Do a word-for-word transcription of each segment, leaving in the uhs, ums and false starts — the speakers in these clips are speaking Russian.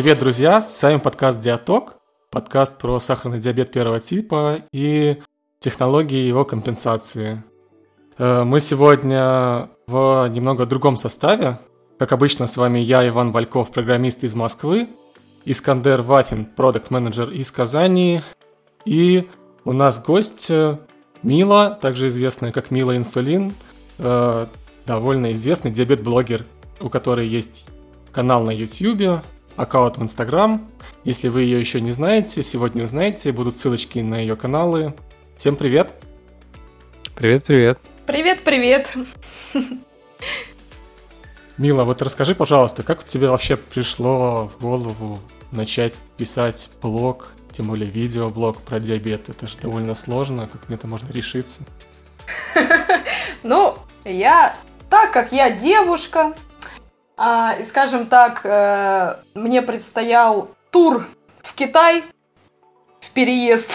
Привет, друзья! С вами подкаст «Диаток», подкаст про сахарный диабет первого типа и технологии его компенсации. Мы сегодня в немного другом составе. Как обычно, с вами я, Иван Вальков, программист из Москвы, Искандер Вафин, продакт-менеджер из Казани, и у нас гость Мила, также известная как Мила Инсулин, довольно известный диабет-блогер, у которой есть канал на YouTube, аккаунт в Instagram. Если вы ее еще не знаете, сегодня узнаете, будут ссылочки на ее каналы. Всем привет! Привет-привет! Привет-привет! Мила, вот расскажи, пожалуйста, как тебе вообще пришло в голову начать писать блог, тем более видеоблог про диабет? Это же довольно сложно, как мне это можно решиться? Ну, я, так как я девушка, и, скажем так, мне предстоял тур в Китай, в переезд,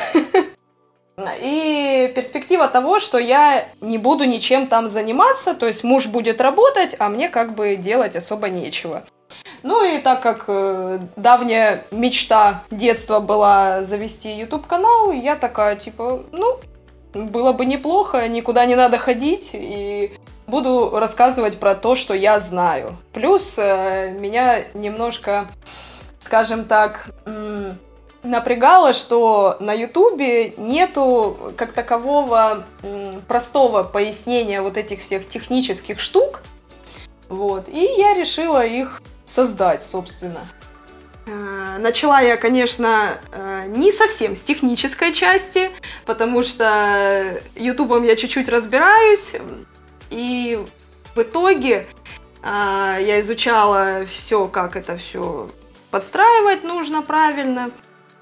и перспектива того, что я не буду ничем там заниматься, то есть муж будет работать, а мне как бы делать особо нечего. Ну и так как э, давняя мечта детства была завести YouTube-канал, я такая, типа, ну, было бы неплохо, никуда не надо ходить, и буду рассказывать про то, что я знаю. Плюс э, меня немножко, скажем так, м- напрягало, что на Ютубе нету как такового м, простого пояснения вот этих всех технических штук. Вот. И я решила их создать, собственно. Э, начала я, конечно, э, не совсем с технической части, потому что Ютубом я чуть-чуть разбираюсь. И в итоге э, я изучала все, как это все подстраивать нужно правильно.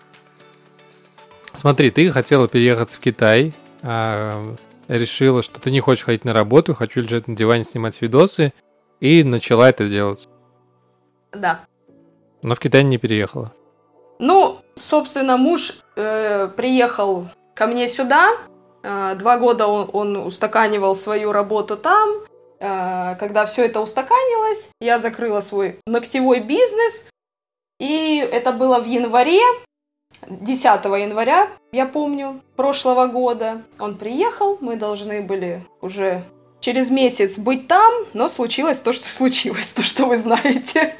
Смотри, ты хотела переехать в Китай, а решила, что ты не хочешь ходить на работу, хочу лежать на диване, снимать видосы, и начала это делать. Да. Но в Китай не переехала. Ну, собственно, муж э, приехал ко мне сюда. Э, два года он, он устаканивал свою работу там. Э, когда все это устаканилось, я закрыла свой ногтевой бизнес. И это было в январе. десятого января, я помню, прошлого года. Он приехал, мы должны были уже через месяц быть там, но случилось то, что случилось, то, что вы знаете.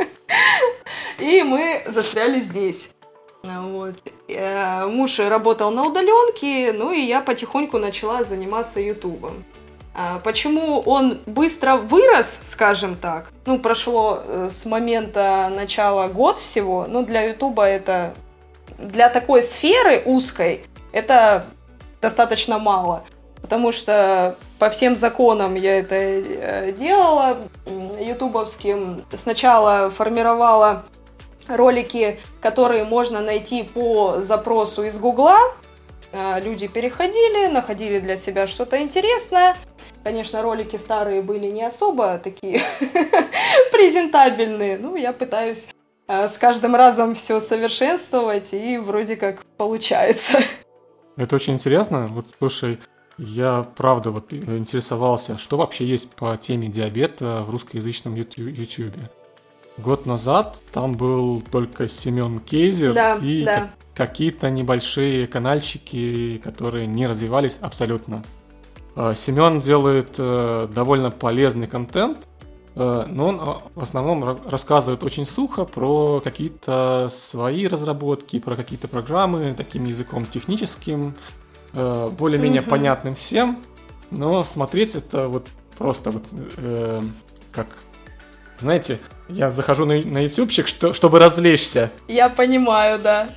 И мы застряли здесь. Вот. Муж работал на удаленке, ну и я потихоньку начала заниматься ютубом. Почему он быстро вырос, скажем так, ну, прошло с момента начала год всего, ну, для ютуба это... Для такой сферы узкой это достаточно мало, потому что по всем законам я это делала ютубовским. Сначала формировала ролики, которые можно найти по запросу из Гугла. Люди переходили, находили для себя что-то интересное. Конечно, ролики старые были не особо такие презентабельные, но я пытаюсь с каждым разом все совершенствовать, и вроде как получается. Это очень интересно. Вот, слушай, я правда вот интересовался, что вообще есть по теме диабета в русскоязычном ютубе. Год назад там был только Семен Кейзер, да, и да. К- какие-то небольшие канальчики, которые не развивались абсолютно. Семен делает довольно полезный контент, но он в основном рассказывает очень сухо про какие-то свои разработки, про какие-то программы, таким языком техническим, более-менее mm-hmm. понятным всем, но смотреть это вот просто вот э, как, знаете, я захожу на, на ютубчик, что, чтобы развлечься. Я понимаю, да.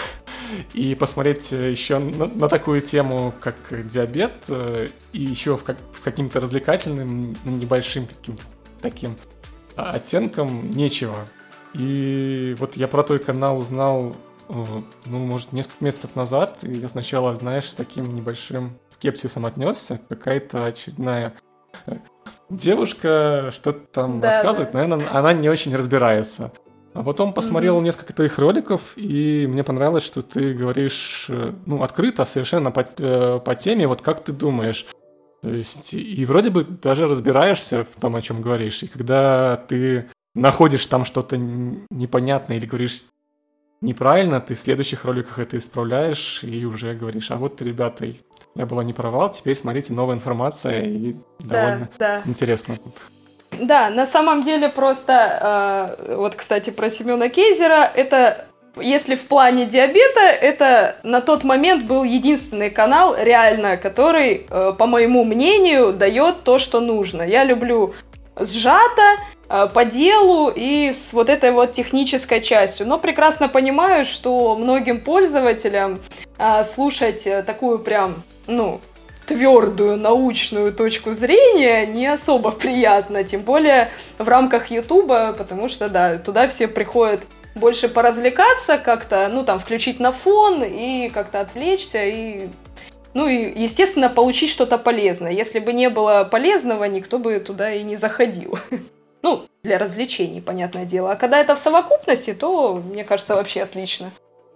И посмотреть еще на, на такую тему, как диабет, и еще в как, с каким-то развлекательным, небольшим каким-то таким оттенком нечего. И вот я про твой канал узнал, ну, может, несколько месяцев назад, и я сначала, знаешь, с таким небольшим скепсисом отнесся. Какая-то очередная девушка что-то там да, рассказывает, да. Наверное, она не очень разбирается. А потом посмотрел mm-hmm. несколько твоих роликов, и мне понравилось, что ты говоришь, ну, открыто, совершенно по, по теме, вот как ты думаешь. То есть, и вроде бы даже разбираешься в том, о чем говоришь. И когда ты находишь там что-то непонятное или говоришь неправильно, ты в следующих роликах это исправляешь и уже говоришь, а вот, ребята, я была не права, теперь смотрите, новая информация, и довольно да, да. интересно. Да, на самом деле просто, э, вот, кстати, про Семена Кейзера, это, если в плане диабета, это на тот момент был единственный канал, реально, который, э, по моему мнению, дает то, что нужно. Я люблю сжато, э, по делу и с вот этой вот технической частью, но прекрасно понимаю, что многим пользователям э, слушать такую прям, ну... твердую научную точку зрения не особо приятно, тем более в рамках Ютуба, потому что, да, туда все приходят больше поразвлекаться как-то, ну, там, включить на фон и как-то отвлечься, и, ну, и, естественно, получить что-то полезное. Если бы не было полезного, никто бы туда и не заходил. Ну, для развлечений, понятное дело. А когда это в совокупности, то, мне кажется, вообще отлично.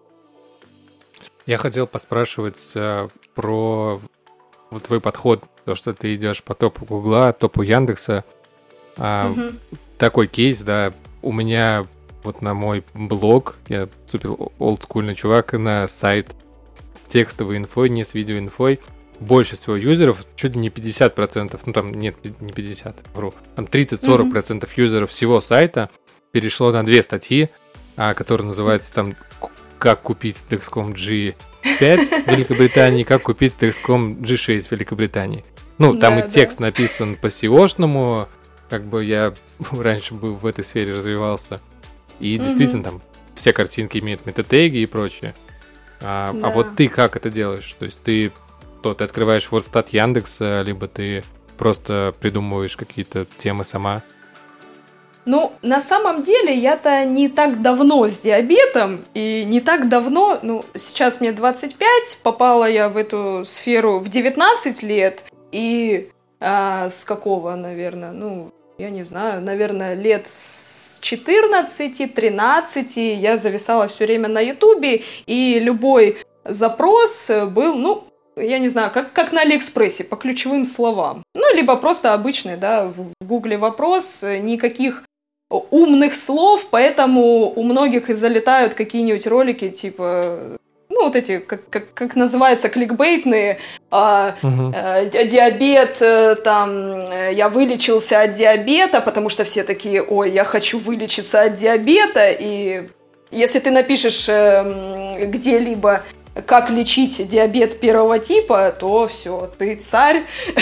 Я хотел поспрашивать э, про... вот твой подход, то, что ты идешь по топу Гугла, топу Яндекса. А, угу. Такой кейс, да, у меня вот на мой блог, я супер олдскульный чувак, на сайт с текстовой инфой, не с видеоинфой, больше всего юзеров, чуть ли не пятьдесят процентов, ну там нет, не пятьдесят, вру, там тридцать-сорок процентов угу. юзеров всего сайта перешло на две статьи, а, которые называются там «Как купить Dexcom джи пять в Великобритании, как купить Dexcom джи шесть в Великобритании». Ну, там да, и текст да. написан по сеошному, как бы я раньше бы в этой сфере развивался. И mm-hmm. действительно там все картинки имеют метатеги и прочее. А, да. а вот ты как это делаешь? То есть ты, то, ты открываешь WordStat Яндекса, либо ты просто придумываешь какие-то темы сама? Ну, на самом деле, я-то не так давно с диабетом, и не так давно, ну, сейчас мне двадцать пять, попала я в эту сферу в девятнадцать лет, и а, с какого, наверное, ну, я не знаю, наверное, лет с четырнадцати-тринадцати я зависала все время на Ютубе, и любой запрос был, ну, я не знаю, как, как на Алиэкспрессе, по ключевым словам. Ну, либо просто обычный, да, в Гугле вопрос, никаких умных слов, поэтому у многих и залетают какие-нибудь ролики, типа, ну, вот эти, как, как, как называется, кликбейтные, а, угу. а, диабет, там, я вылечился от диабета, потому что все такие, ой, я хочу вылечиться от диабета, и если ты напишешь где-либо как лечить диабет первого типа, то все, ты царь,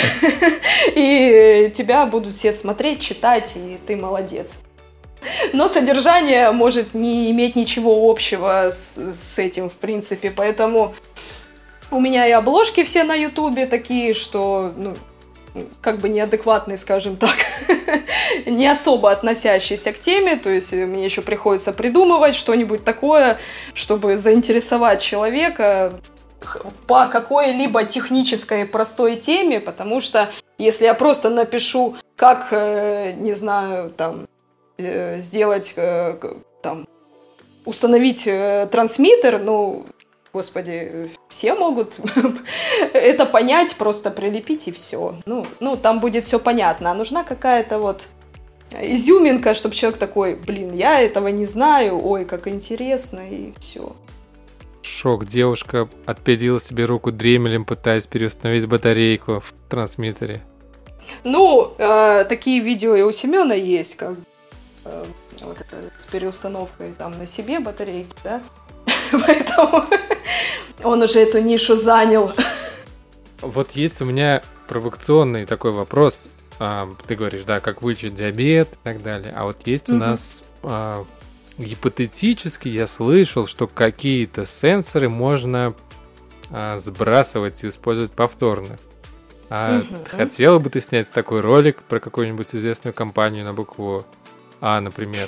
и тебя будут все смотреть, читать, и ты молодец. Но содержание может не иметь ничего общего с, с этим, в принципе, поэтому у меня и обложки все на Ютубе такие, что, ну, как бы неадекватные, скажем так, не особо относящиеся к теме, то есть мне еще приходится придумывать что-нибудь такое, чтобы заинтересовать человека по какой-либо технической простой теме, потому что если я просто напишу, как, не знаю, там, сделать, там, установить трансмиттер, ну, господи, все могут это понять, просто прилепить и все. Ну, ну, там будет все понятно. А нужна какая-то вот изюминка, чтобы человек такой, блин, я этого не знаю, ой, как интересно, и все. Шок. Девушка отпилила себе руку дремелем, пытаясь переустановить батарейку в трансмиттере. Ну, э, такие видео и у Семена есть, как э, вот это, с переустановкой там на себе батарейки, да? Поэтому он уже эту нишу занял. Вот есть у меня провокационный такой вопрос. А, ты говоришь, да, как вылечить диабет и так далее. А вот есть угу. у нас а, гипотетически, я слышал, что какие-то сенсоры можно а, сбрасывать и использовать повторно. А угу. хотела бы ты снять такой ролик про какую-нибудь известную компанию на букву А, например?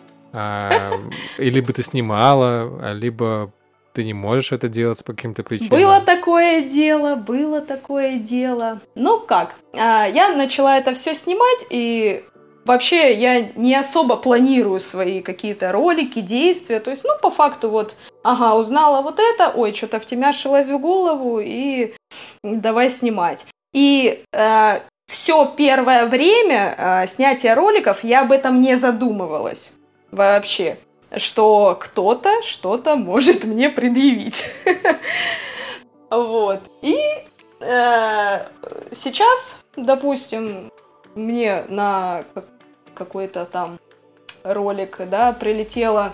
А, или бы ты снимала, либо ты не можешь это делать по каким-то причинам. Было такое дело, было такое дело. Ну как, а, я начала это все снимать, и вообще я не особо планирую свои какие-то ролики, действия. То есть, ну, по факту вот, ага, узнала вот это, ой, что-то втемяшилось в голову, и давай снимать. И э, все первое время э, снятия роликов я об этом не задумывалась. Вообще. что кто-то что-то может мне предъявить. Вот. И э, сейчас, допустим, мне на какой-то там ролик, да, прилетела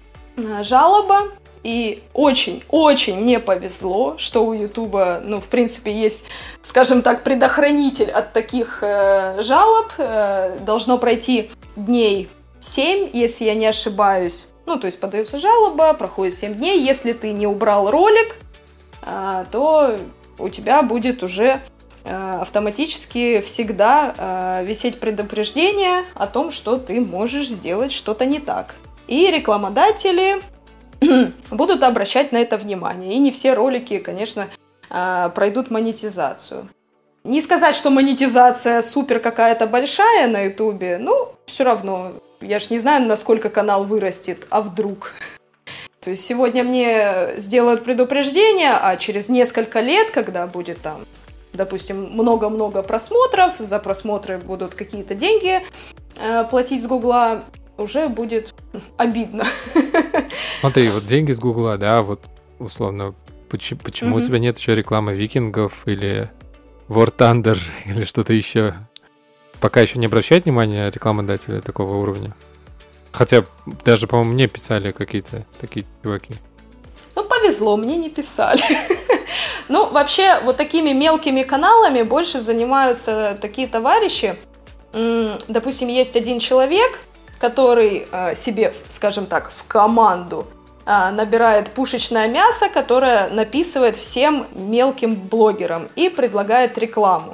жалоба, и очень-очень мне повезло, что у Ютуба, ну, в принципе, есть, скажем так, предохранитель от таких э, жалоб. Э, должно пройти дней семь, если я не ошибаюсь. Ну, то есть подается жалоба, проходит семь дней. Если ты не убрал ролик, э, то у тебя будет уже э, автоматически всегда э, висеть предупреждение о том, что ты можешь сделать что-то не так. И рекламодатели будут обращать на это внимание. И не все ролики, конечно, пройдут монетизацию. Не сказать, что монетизация супер какая-то большая на Ютубе, но все равно. Я ж не знаю, насколько канал вырастет, а вдруг. То есть сегодня мне сделают предупреждение, а через несколько лет, когда будет там, допустим, много-много просмотров, за просмотры будут какие-то деньги э, платить с Гугла, уже будет обидно. Смотри, вот деньги с Гугла, да, вот условно, почему, почему mm-hmm. у тебя нет еще рекламы викингов или War Thunder или что-то еще? Пока еще не обращает внимания рекламодатели такого уровня? Хотя даже, по-моему, мне писали какие-то такие чуваки. Ну, повезло, мне не писали. Ну, вообще, вот такими мелкими каналами больше занимаются такие товарищи. Допустим, есть один человек, который э, себе, скажем так, в команду э, набирает пушечное мясо, которое написывает всем мелким блогерам и предлагает рекламу.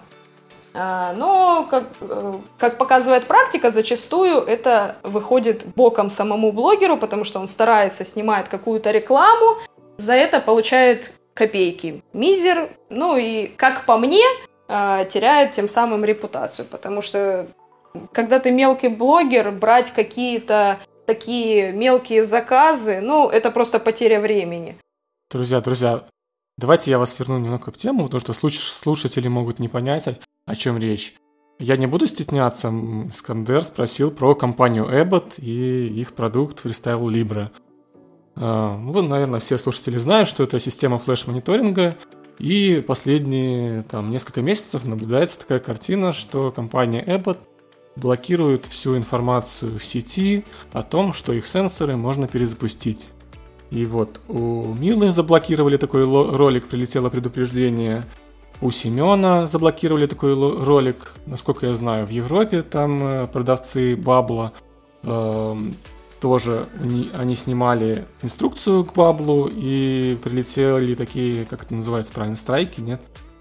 Э, но, как, э, как показывает практика, зачастую это выходит боком самому блогеру, потому что он старается, снимает какую-то рекламу, за это получает копейки, мизер, ну и, как по мне, э, теряет тем самым репутацию, потому что когда ты мелкий блогер, брать какие-то такие мелкие заказы, ну, это просто потеря времени. Друзья, друзья, давайте я вас верну немного в тему, потому что слушатели могут не понять, о чем речь. Я не буду стесняться, Искандер спросил про компанию Abbott и их продукт Freestyle Libre. Вы, наверное, все слушатели знают, что это система флеш-мониторинга, и последние там, несколько месяцев наблюдается такая картина, что компания Abbott блокируют всю информацию в сети о том, что их сенсоры можно перезапустить. И вот у Милы заблокировали такой ролик, прилетело предупреждение. У Семена заблокировали такой ролик. Насколько я знаю, в Европе там продавцы Бабла э, тоже они, они снимали инструкцию к Баблу и прилетели такие, как это называется правильно, страйки, нет?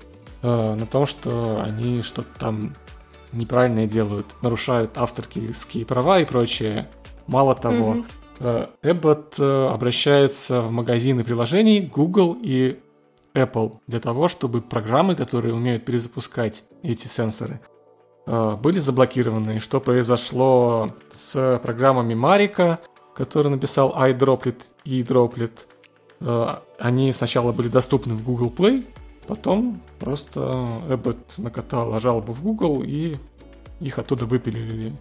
Э, на том, что они что-то там неправильно делают, нарушают авторские права и прочее. Мало того, mm-hmm. Abbott обращается в магазины приложений Google и Apple для того, чтобы программы, которые умеют перезапускать эти сенсоры, были заблокированы. Что произошло с программами Marika, который написал iDroplet и Droplet. Они сначала были доступны в Google Play, потом просто Abbott накатала жалобу в Google и их оттуда выпилили.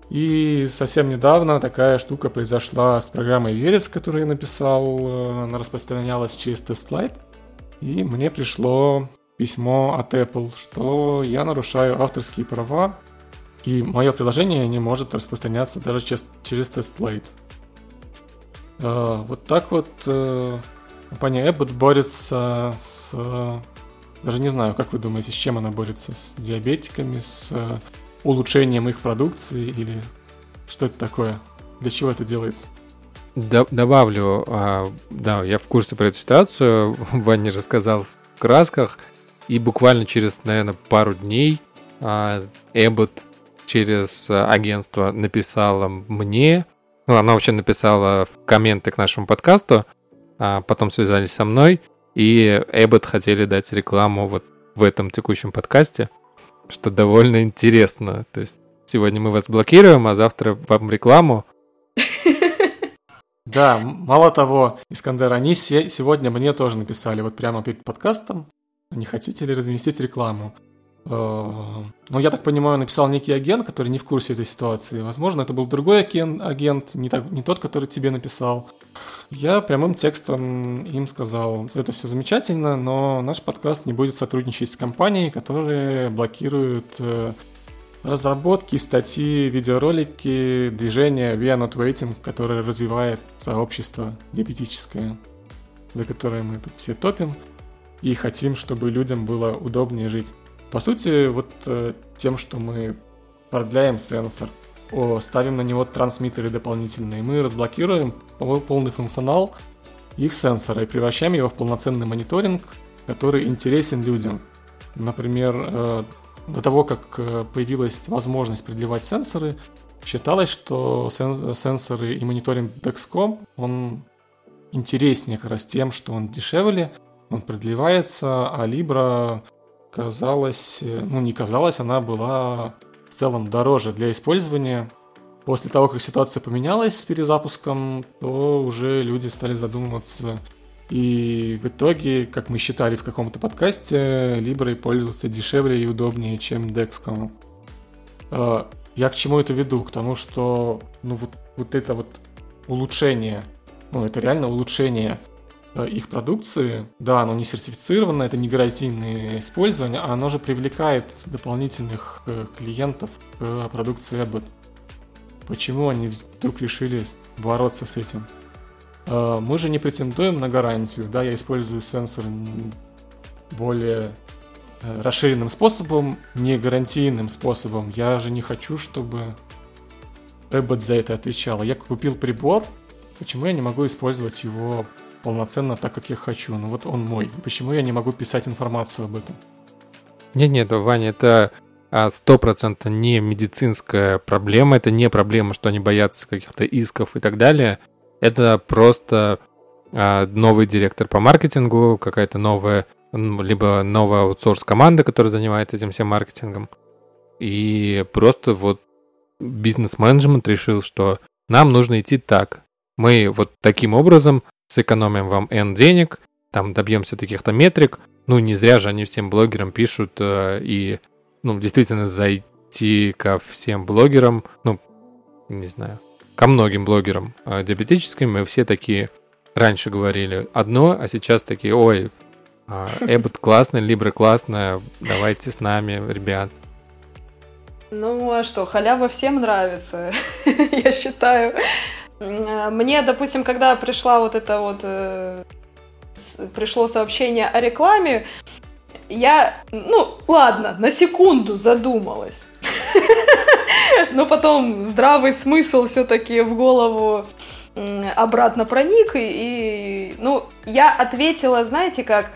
И совсем недавно такая штука произошла с программой Verus, которую я написал, она распространялась через TestFlight. И мне пришло письмо от Apple, что я нарушаю авторские права, и мое приложение не может распространяться даже через, через TestFlight. Вот так вот компания Abbott борется с... Даже не знаю, как вы думаете, с чем она борется? С диабетиками, с улучшением их продукции или что это такое? Для чего это делается? Добавлю, а, да, я в курсе про эту ситуацию, Ваня рассказал в красках, и буквально через, наверное, пару дней а, Abbott через агентство написала мне, ну, она вообще написала в комменты к нашему подкасту, а потом связались со мной, и Abbott хотели дать рекламу вот в этом текущем подкасте, что довольно интересно. То есть сегодня мы вас блокируем, а завтра вам рекламу. Да, мало того, Искандер, они сегодня мне тоже написали, вот прямо перед подкастом, не хотите ли разместить рекламу. Но я так понимаю, написал некий агент, который не в курсе этой ситуации. Возможно, это был другой агент, не, так, не тот, который тебе написал. Я прямым текстом им сказал: это все замечательно, но наш подкаст не будет сотрудничать с компанией, которые блокируют разработки, статьи, видеоролики, движения We Are Not Waiting, которое развивает сообщество диабетическое, за которое мы тут все топим и хотим, чтобы людям было удобнее жить. По сути, вот э, тем, что мы продляем сенсор, о, ставим на него трансмиттеры дополнительные, мы разблокируем полный функционал их сенсора и превращаем его в полноценный мониторинг, который интересен людям. Например, э, до того, как появилась возможность продлевать сенсоры, считалось, что сен- сенсоры и мониторинг Dexcom, он интереснее как раз тем, что он дешевле, он продлевается, а Libra... казалось, ну не казалось, она была в целом дороже для использования. После того, как ситуация поменялась с перезапуском, то уже люди стали задумываться. И в итоге, как мы считали в каком-то подкасте, Libre пользоваться дешевле и удобнее, чем Dexcom. Я к чему это веду? К тому, что ну, вот, вот это вот улучшение, ну это реально улучшение их продукции, да, оно не сертифицировано, это не гарантийное использование, а оно же привлекает дополнительных клиентов к продукции Abbott. Почему они вдруг решили бороться с этим? Мы же не претендуем на гарантию, да, я использую сенсор более расширенным способом, не гарантийным способом. Я же не хочу, чтобы Abbott за это отвечала. Я купил прибор, почему я не могу использовать его полноценно так, как я хочу? Ну вот он мой. И почему я не могу писать информацию об этом? Нет-нет, Ваня, это сто процентов не медицинская проблема, это не проблема, что они боятся каких-то исков и так далее. Это просто а, новый директор по маркетингу, какая-то новая, либо новая аутсорс-команда, которая занимается этим всем маркетингом. И просто вот бизнес-менеджмент решил, что нам нужно идти так. Мы вот таким образом сэкономим вам N денег, там добьемся таких-то метрик. Ну, не зря же они всем блогерам пишут, э, и, ну, действительно зайти ко всем блогерам, ну, не знаю, ко многим блогерам э, диабетическим, мы все такие раньше говорили одно, а сейчас такие: ой, э, Abbott классная, Libre классная, давайте с нами, ребят. Ну, а что, халява всем нравится, я считаю. Мне, допустим, когда пришла вот это вот, э, с, пришло сообщение о рекламе, я, ну, ладно, на секунду задумалась. Но потом здравый смысл все-таки в голову обратно проник, и, ну, я ответила, знаете как,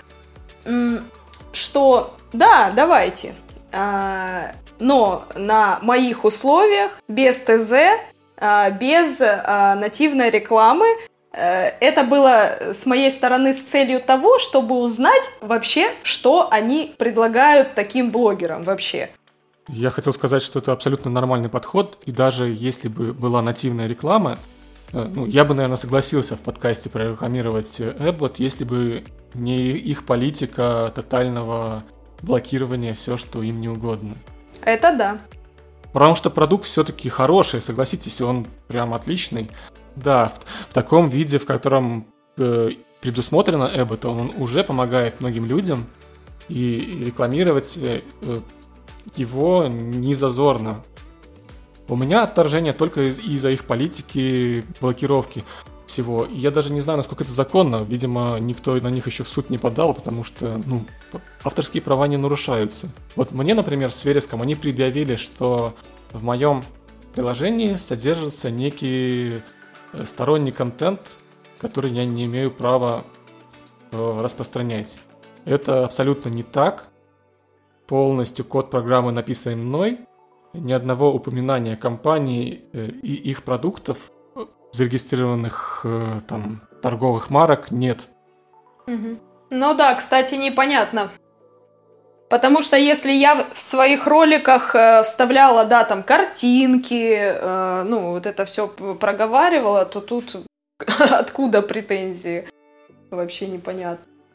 что да, давайте, но на моих условиях, без ТЗ, без а, нативной рекламы. Это было с моей стороны с целью того, чтобы узнать вообще, что они предлагают таким блогерам вообще. Я хотел сказать, что это абсолютно нормальный подход, и даже если бы была нативная реклама, ну, я бы, наверное, согласился в подкасте прорекламировать Abbott, если бы не их политика тотального блокирования все, что им не угодно. Это да. Потому что продукт все-таки хороший, согласитесь, он прям отличный. Да, в, в таком виде, в котором э, предусмотрено Abbott, он уже помогает многим людям, и, и рекламировать э, его не зазорно. У меня отторжение только из- из-за их политики блокировки всего. И я даже не знаю, насколько это законно. Видимо, никто на них еще в суд не подал, потому что, ну, авторские права не нарушаются. Вот мне, например, с Вереском они предъявили, что в моем приложении содержится некий сторонний контент, который я не имею права э, распространять. Это абсолютно не так. Полностью код программы написан мной. Ни одного упоминания компании э, и их продуктов, зарегистрированных э, там торговых марок, нет. Угу. Ну да, кстати, непонятно. Потому что если я в своих роликах э, вставляла, да, там, картинки, э, ну, вот это все проговаривала, то тут откуда претензии? Вообще непонятно.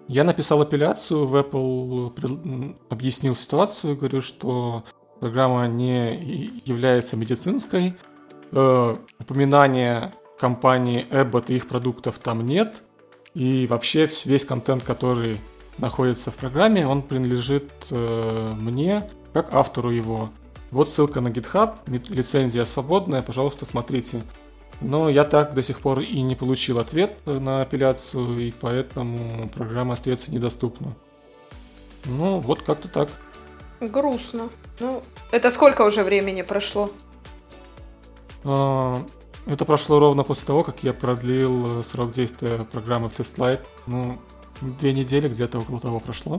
Я написал апелляцию в Apple, объяснил ситуацию, говорю, что программа не является медицинской, э, упоминания компании Abbott и их продуктов там нет, и вообще весь контент, который находится в программе, он принадлежит э, мне, как автору его. Вот ссылка на GitHub, лицензия свободная, пожалуйста, смотрите. Но я так до сих пор и не получил ответ на апелляцию, и поэтому программа остается недоступна. Ну, вот как-то так. Грустно. Ну, это сколько уже времени прошло? Это прошло ровно после того, как я продлил срок действия программы в TestLight. Ну, две недели где-то около того прошло.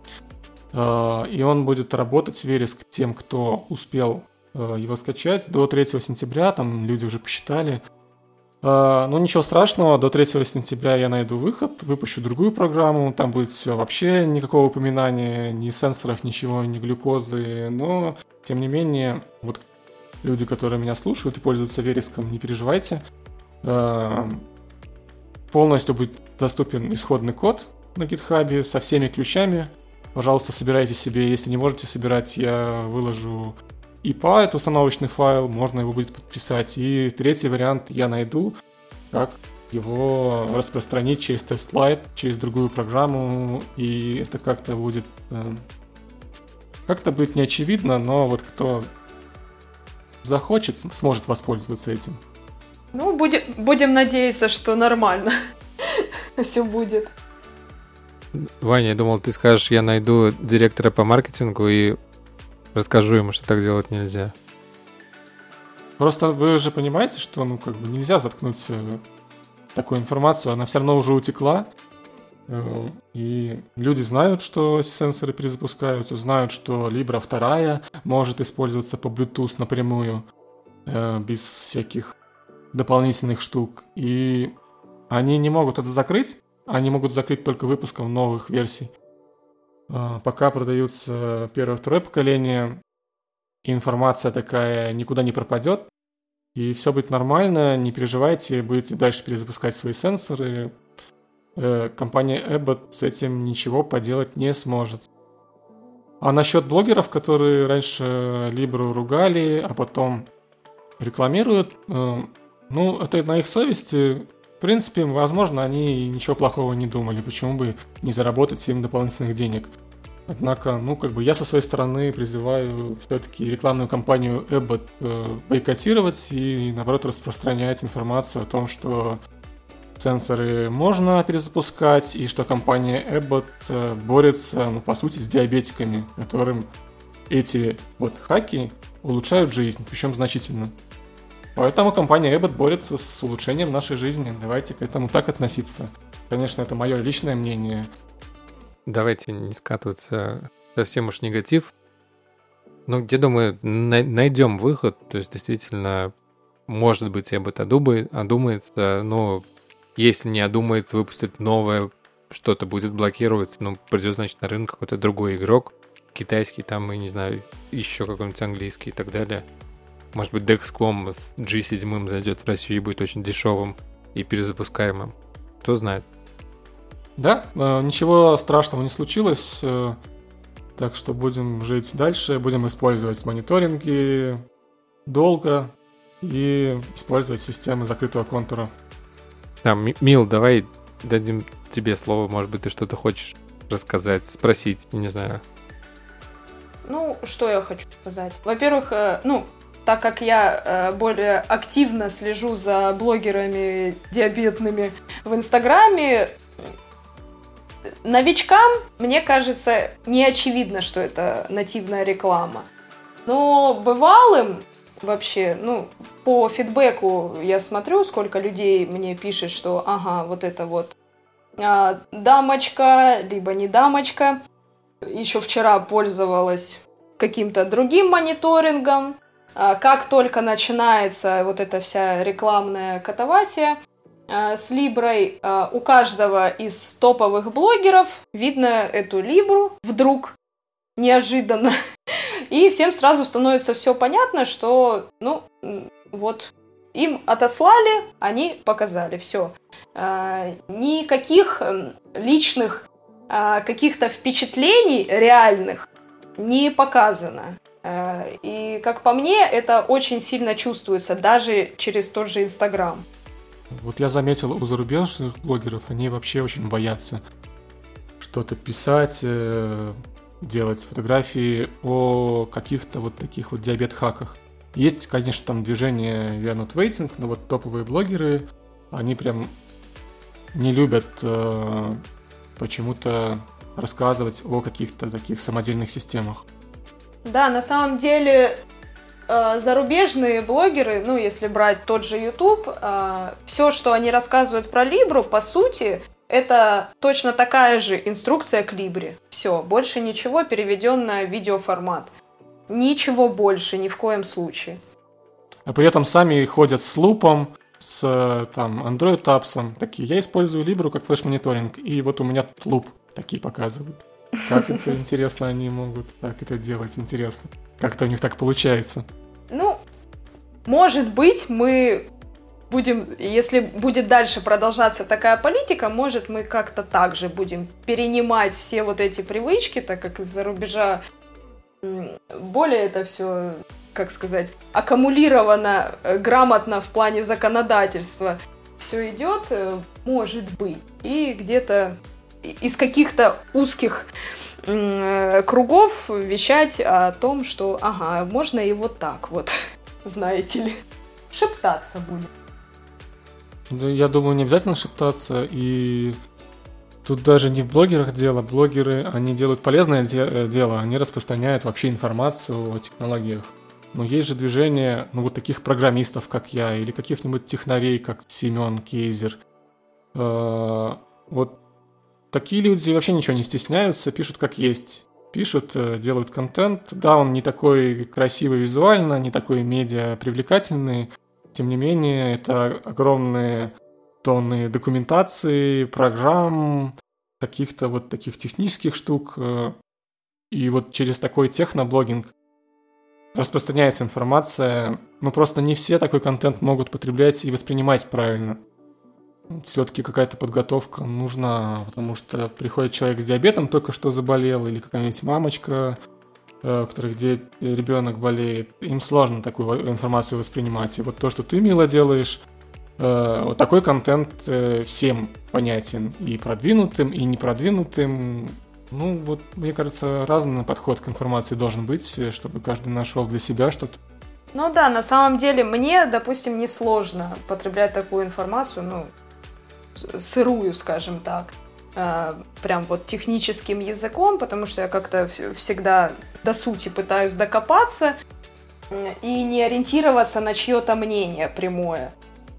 И он будет работать, вереск, тем, кто успел его скачать до третьего сентября, там люди уже посчитали. Ну, ничего страшного, до третьего сентября я найду выход, выпущу другую программу, там будет все вообще, никакого упоминания, ни сенсоров, ничего, ни глюкозы, но, тем не менее, вот люди, которые меня слушают и пользуются вереском, не переживайте. Полностью будет доступен исходный код на GitHub со всеми ключами. Пожалуйста, собирайте себе, если не можете собирать, я выложу и по это установочный файл, можно его будет подписать. И третий вариант я найду, как его распространить через TestLight, через другую программу, и это как-то будет э, как-то будет не очевидно, но вот кто захочет, сможет воспользоваться этим. Ну, будем, будем надеяться, что нормально все будет. Ваня, я думал, ты скажешь, я найду директора по маркетингу и расскажу ему, что так делать нельзя. Просто вы же понимаете, что ну как бы нельзя заткнуть такую информацию, она все равно уже утекла. И люди знают, что сенсоры перезапускаются, знают, что Libra два может использоваться по Bluetooth напрямую, без всяких дополнительных штук. И они не могут это закрыть, они могут закрыть только выпуском новых версий. Пока продаются первое и второе поколение, информация такая никуда не пропадет, и все будет нормально, не переживайте, будете дальше перезапускать свои сенсоры. Компания Abbott с этим ничего поделать не сможет. А насчет блогеров, которые раньше Libra ругали, а потом рекламируют, ну, это на их совести. В принципе, возможно, они ничего плохого не думали, почему бы не заработать им дополнительных денег. Однако, ну, как бы я со своей стороны призываю все-таки рекламную кампанию Abbott э, бойкотировать и, наоборот, распространять информацию о том, что сенсоры можно перезапускать, и что компания Abbott э, борется, ну, по сути, с диабетиками, которым эти вот хаки улучшают жизнь, причем значительно. Поэтому компания Abbott борется с улучшением нашей жизни. Давайте к этому так относиться. Конечно, это мое личное мнение. Давайте не скатываться совсем уж негатив. Ну, где, думаю, найдем выход. То есть, действительно, может быть, Abbott одумается, но если не одумается, выпустит новое, что-то будет блокироваться, ну, придет, значит, на рынок какой-то другой игрок. Китайский там, и не знаю, еще какой-нибудь английский и так далее. Может быть, Dexcom с джи семь зайдет в Россию и будет очень дешевым и перезапускаемым. Кто знает. Да, ничего страшного не случилось. Так что будем жить дальше, будем использовать мониторинги долго и использовать системы закрытого контура. Да, Мил, давай дадим тебе слово. Может быть, ты что-то хочешь рассказать, спросить, не знаю. Ну, что я хочу сказать. Во-первых, ну, так как я более активно слежу за блогерами диабетными в Инстаграме, новичкам, мне кажется, не очевидно, что это нативная реклама. Но бывалым вообще, ну, по фидбэку я смотрю, сколько людей мне пишет, что ага, вот это вот а, дамочка, либо не дамочка. Еще вчера пользовалась каким-то другим мониторингом. А, как только начинается вот эта вся рекламная катавасия а, с Либрой, а, у каждого из топовых блогеров видно эту Либру вдруг, неожиданно. И всем сразу становится все понятно, что, ну, вот, им отослали, они показали, все. А, никаких личных а каких-то впечатлений реальных не показано. И, как по мне, это очень сильно чувствуется, даже через тот же Инстаграм. Вот я заметил у зарубежных блогеров, они вообще очень боятся что-то писать, делать фотографии о каких-то вот таких вот диабет-хаках. Есть, конечно, там движение We are not waiting, но вот топовые блогеры, они прям не любят э, почему-то рассказывать о каких-то таких самодельных системах. Да, на самом деле э, зарубежные блогеры, ну, если брать тот же YouTube, э, все, что они рассказывают про Libru, по сути, это точно такая же инструкция к Libre. Все, больше ничего, переведенное в видеоформат. Ничего больше, ни в коем случае. А при этом сами ходят с лупом, с там Android Apps, такие, я использую Libru как флеш-мониторинг, и вот у меня тут луп такие показывают. Как это интересно они могут так это делать, интересно. Как это у них так получается? Ну, может быть, мы будем, если будет дальше продолжаться такая политика, может, мы как-то так же будем перенимать все вот эти привычки, так как из-за рубежа более это все, как сказать, аккумулировано грамотно в плане законодательства. Все идет, может быть, и где-то из каких-то узких м- кругов вещать о том, что, ага, можно и вот так вот, знаете ли, шептаться будет. Да, я думаю, не обязательно шептаться, и тут даже не в блогерах дело. Блогеры, они делают полезное де- дело, они распространяют вообще информацию о технологиях. Но есть же движение, ну, вот таких программистов, как я, или каких-нибудь технарей, как Семен Кейзер. Э- вот такие люди вообще ничего не стесняются, пишут как есть. Пишут, делают контент. Да, он не такой красивый визуально, не такой медиа привлекательный. Тем не менее, это огромные тонны документации, программ, каких-то вот таких технических штук. И вот через такой техноблогинг распространяется информация. Ну, просто не все такой контент могут потреблять и воспринимать правильно. Все-таки какая-то подготовка нужна, потому что приходит человек с диабетом, только что заболел, или какая-нибудь мамочка, у которых ребенок болеет, им сложно такую информацию воспринимать. И вот то, что ты, Мила, делаешь, вот такой контент всем понятен, и продвинутым, и непродвинутым. Ну, вот, мне кажется, разный подход к информации должен быть, чтобы каждый нашел для себя что-то. Ну да, на самом деле мне, допустим, несложно потреблять такую информацию, ну, сырую, скажем так, прям вот техническим языком, потому что я как-то всегда до сути пытаюсь докопаться и не ориентироваться на чье-то мнение прямое.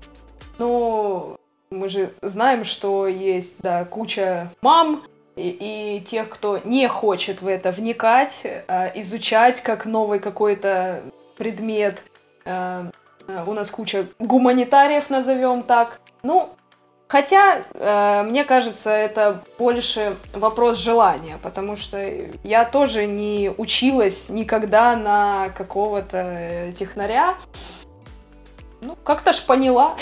Но мы же знаем, что есть, да, куча мам и, и тех, кто не хочет в это вникать, изучать как новый какой-то предмет. У нас куча гуманитариев, назовем так. Ну, хотя, э, мне кажется, это больше вопрос желания, потому что я тоже не училась никогда на какого-то технаря. Ну, как-то ж поняла.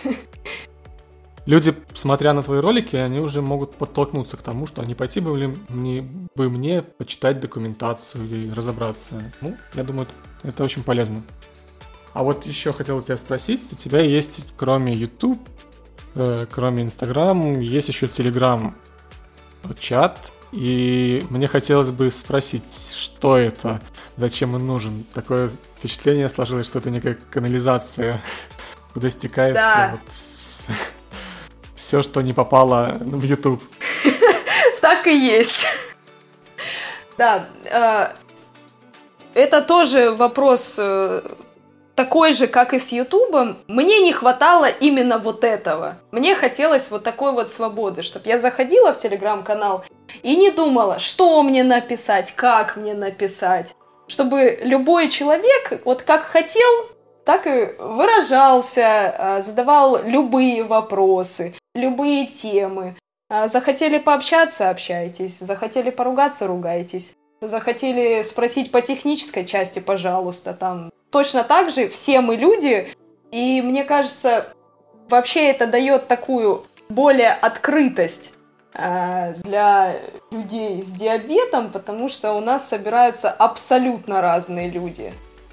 Люди, смотря на твои ролики, они уже могут подтолкнуться к тому, что они пойти бы мне, бы мне почитать документацию и разобраться. Ну, я думаю, это очень полезно. А вот еще хотел тебя спросить, у тебя есть, кроме YouTube, кроме Instagram, есть еще Telegram чат, и мне хотелось бы спросить, что это, зачем он нужен? Такое впечатление сложилось, что это некая канализация, куда стекается да. вот все, что не попало в YouTube. Так и есть. Да, это тоже вопрос такой же, как и с Ютубом. Мне не хватало именно вот этого. Мне хотелось вот такой вот свободы, чтобы я заходила в Телеграм-канал и не думала, что мне написать, как мне написать. Чтобы любой человек, вот как хотел, так и выражался, задавал любые вопросы, любые темы. Захотели пообщаться – общайтесь, захотели поругаться – ругайтесь. Захотели спросить по технической части, пожалуйста, там. Точно так же все мы люди, и мне кажется, вообще это дает такую более открытость для людей с диабетом, потому что у нас собираются абсолютно разные люди.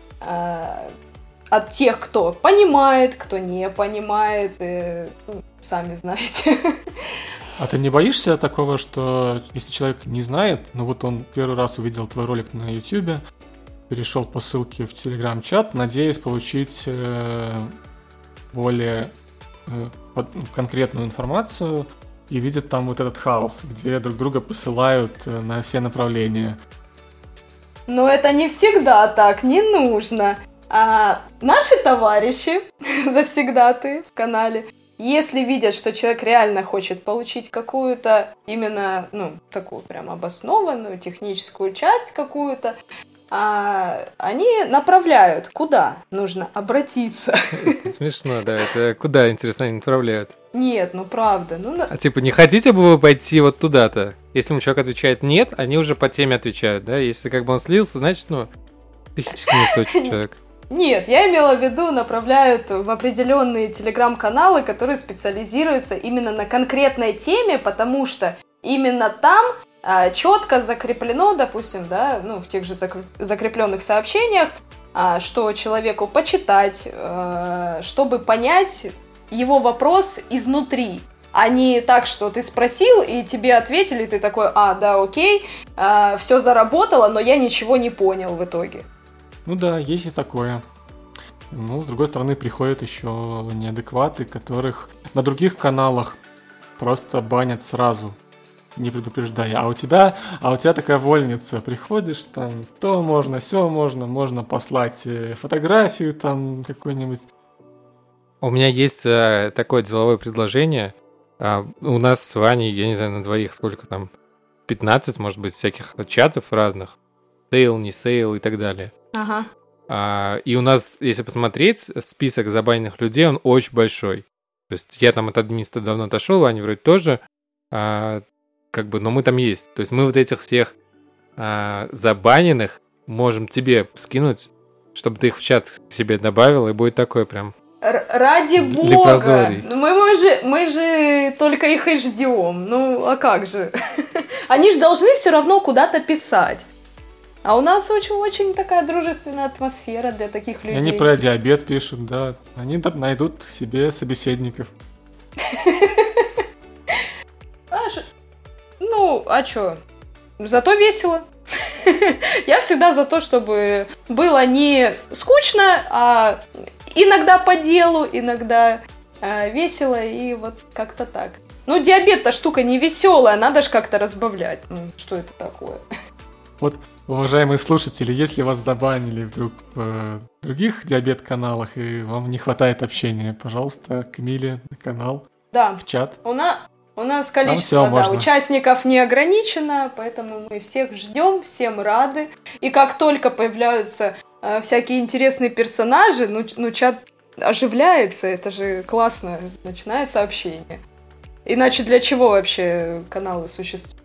От тех, кто понимает, кто не понимает, и, ну, сами знаете. А ты не боишься такого, что если человек не знает, ну вот он первый раз увидел твой ролик на YouTube, перешел по ссылке в Telegram-чат, надеясь получить э, более э, под, конкретную информацию, и видит там вот этот хаос, где друг друга посылают э, на все направления. Но это не всегда так, не нужно. А наши товарищи, завсегдатые в канале, если видят, что человек реально хочет получить какую-то именно, ну, такую прям обоснованную техническую часть какую-то, а, они направляют, куда нужно обратиться. Это смешно, да. Это куда, интересно, они направляют? Нет, ну правда. Ну, а типа, не хотите бы вы пойти вот туда-то? Если ему человек отвечает нет, они уже по теме отвечают, да? Если как бы он слился, значит, ну, психически неустойчивый человек. Нет, я имела в виду, направляют в определенные телеграм-каналы, которые специализируются именно на конкретной теме, потому что именно там а, четко закреплено, допустим, да, ну, в тех же закрепленных сообщениях, а, что человеку почитать, а, чтобы понять его вопрос изнутри. А не так, что ты спросил, и тебе ответили, и ты такой, а, да, окей, а, все заработало, но я ничего не понял в итоге. Ну да, есть и такое. Ну, с другой стороны, приходят еще неадекваты, которых на других каналах просто банят сразу, не предупреждая. А у тебя, а у тебя такая вольница. Приходишь, там, то можно, все можно, можно послать фотографию там какой-нибудь. У меня есть э, такое деловое предложение. А, у нас с Ваней, я не знаю, на двоих сколько там, пятнадцать, может быть, всяких чатов разных. Сейл, не сейл и так далее. Ага. А, и у нас, если посмотреть, список забаненных людей, он очень большой. То есть я там от администра давно отошел, Ваня вроде тоже, а, как бы, но мы там есть. То есть мы вот этих всех а, забаненных можем тебе скинуть, чтобы ты их в чат к себе добавил, и будет такое прям... Р- ради бога! Мы, мы, же, мы же только их и ждем. Ну, а как же? Они же должны все равно куда-то писать. А у нас очень, очень такая дружественная атмосфера для таких людей. Они про диабет пишут, да. Они найдут себе собеседников. Ну, а чё? Зато весело. Я всегда за то, чтобы было не скучно, а иногда по делу, иногда весело, и вот как-то так. Ну, диабет-то штука не веселая, надо же как-то разбавлять. Ну, что это такое? Вот, уважаемые слушатели, если вас забанили вдруг в других диабет-каналах и вам не хватает общения, пожалуйста, к Миле на канал, да. в чат. У нас, у нас количество да, участников не ограничено, поэтому мы всех ждем, всем рады. И как только появляются э, всякие интересные персонажи, ну, ну, чат оживляется, это же классно, начинается общение. Иначе для чего вообще каналы существуют?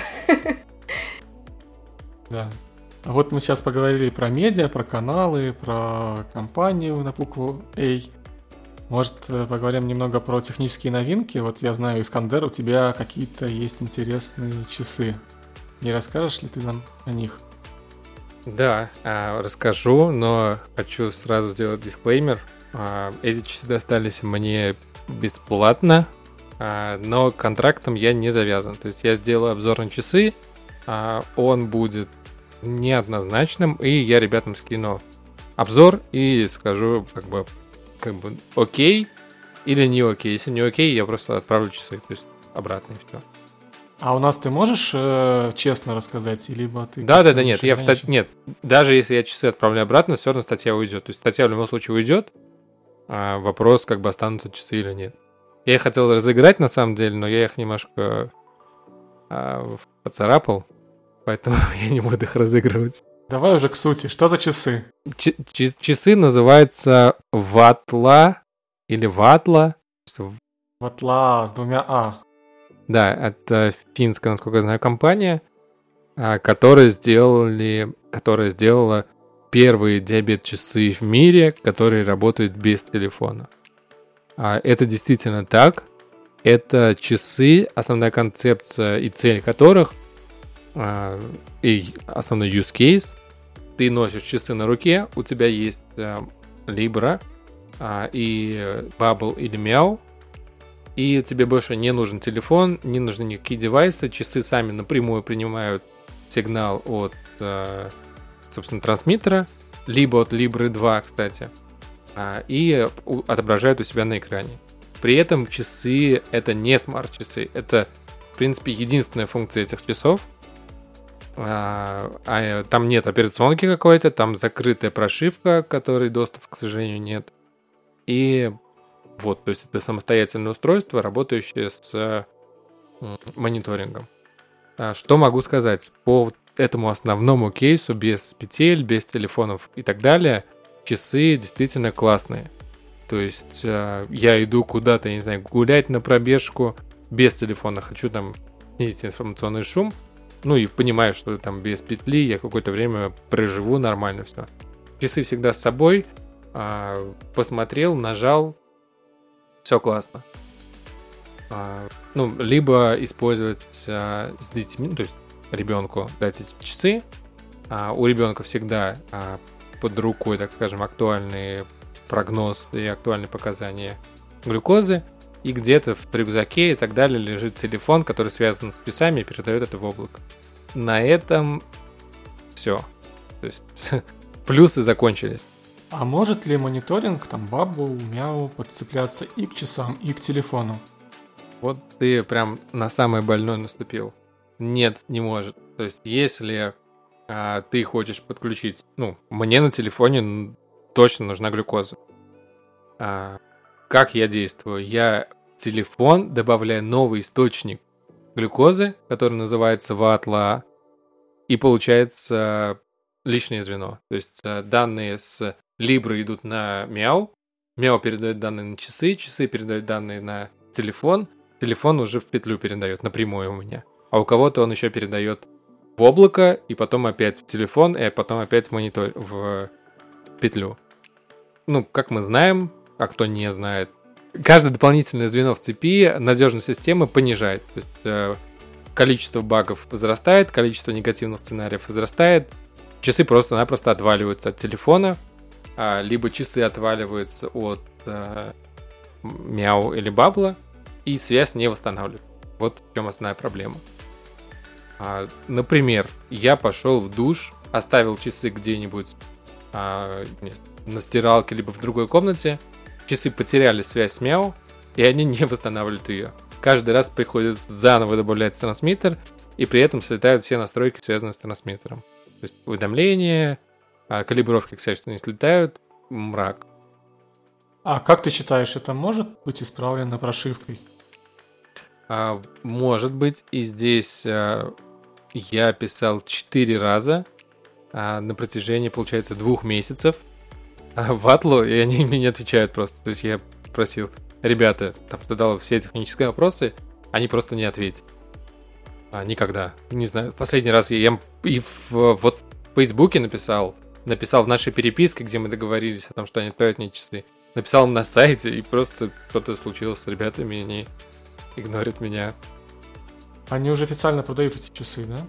Да. А вот мы сейчас поговорили про медиа, про каналы, про компанию на букву A. Может, поговорим немного про технические новинки? Вот я знаю, Искандер, у тебя какие-то есть интересные часы. Не расскажешь ли ты нам о них? Да, расскажу, но хочу сразу сделать дисклеймер. Эти часы достались мне бесплатно, но контрактом я не завязан. То есть я сделаю обзор на часы, он будет неоднозначным, и я ребятам скину обзор и скажу, как бы, как бы окей или не окей. Если не окей, я просто отправлю часы, то есть обратно и все. А у нас ты можешь э, честно рассказать, либо ты... Да, да, да, нет, я в стать... нет, даже если я часы отправлю обратно, все равно статья уйдет. То есть статья в любом случае уйдет, а вопрос, как бы останутся часы или нет. Я их хотел разыграть на самом деле, но я их немножко а, поцарапал. Поэтому я не буду их разыгрывать. Давай уже к сути. Что за часы? Ч- ч- часы называются Ватла или Ватла. Ватла с двумя А. Да, это финская, насколько я знаю, компания, которая сделали, которая сделала первые диабет-часы в мире, которые работают без телефона. Это действительно так. Это часы, основная концепция и цель которых, э, и основной use case. Ты носишь часы на руке, у тебя есть э, Libra э, и Bubble или Meow, и тебе больше не нужен телефон, не нужны никакие девайсы, часы сами напрямую принимают сигнал от, э, собственно, трансмиттера, либо от Libra два, кстати, э, и отображают у себя на экране. При этом часы — это не смарт-часы, это, в принципе, единственная функция этих часов. А, а, там нет операционки какой-то, там закрытая прошивка, которой доступа, к сожалению, нет. И вот, то есть это самостоятельное устройство, работающее с мониторингом. А, что могу сказать? По этому основному кейсу, без петель, без телефонов и так далее, часы действительно классные. То есть э, я иду куда-то, я не знаю, гулять на пробежку без телефона, хочу там снизить информационный шум, ну и понимаю, что там без петли я какое-то время проживу нормально все. Часы всегда с собой, э, посмотрел, нажал, все классно. Э, ну, либо использовать э, с детьми, то есть ребенку дать эти часы. Э, у ребенка всегда э, под рукой, так скажем, актуальные прогноз и актуальные показания глюкозы, и где-то в рюкзаке и так далее лежит телефон, который связан с часами и передает это в облако. На этом все. То есть плюсы закончились. А может ли мониторинг, там, Bubble, Meow подцепляться и к часам, и к телефону? Вот ты прям на самое больное наступил. Нет, не может. То есть если а, ты хочешь подключить, ну, мне на телефоне точно нужна глюкоза. А, как я действую? Я в телефон добавляю новый источник глюкозы, который называется ватла, и получается лишнее звено. То есть данные с Libra идут на Meow, Meow передает данные на часы, часы передают данные на телефон, телефон уже в петлю передает напрямую у меня. А у кого-то он еще передает в облако, и потом опять в телефон, и потом опять в монитор, в петлю. Ну, как мы знаем, а кто не знает, каждое дополнительное звено в цепи надежность системы понижает. То есть э, количество багов возрастает, количество негативных сценариев возрастает, часы просто-напросто отваливаются от телефона, а, либо часы отваливаются от э, Meow или Bubble, и связь не восстанавливает. Вот в чем основная проблема. А, например, я пошел в душ, оставил часы где-нибудь а, на стиралке, либо в другой комнате, часы потеряли связь с Meow, и они не восстанавливают ее. Каждый раз приходится заново добавлять трансмиттер, и при этом слетают все настройки, связанные с трансмиттером. То есть уведомления, калибровки, кстати, что не слетают, мрак. А как ты считаешь, это может быть исправлено прошивкой? А, может быть, и здесь а, я писал четыре раза а, на протяжении, получается, двух месяцев а, в Атлу, и они мне не отвечают просто. То есть я просил, ребята, там задал все технические вопросы, они просто не ответили. А, никогда. Не знаю, последний раз я, я и в, вот в Фейсбуке написал, написал в нашей переписке, где мы договорились о том, что они отправят мне часы. Написал на сайте, и просто что-то случилось с ребятами, и они игнорят меня. Они уже официально продают эти часы, да?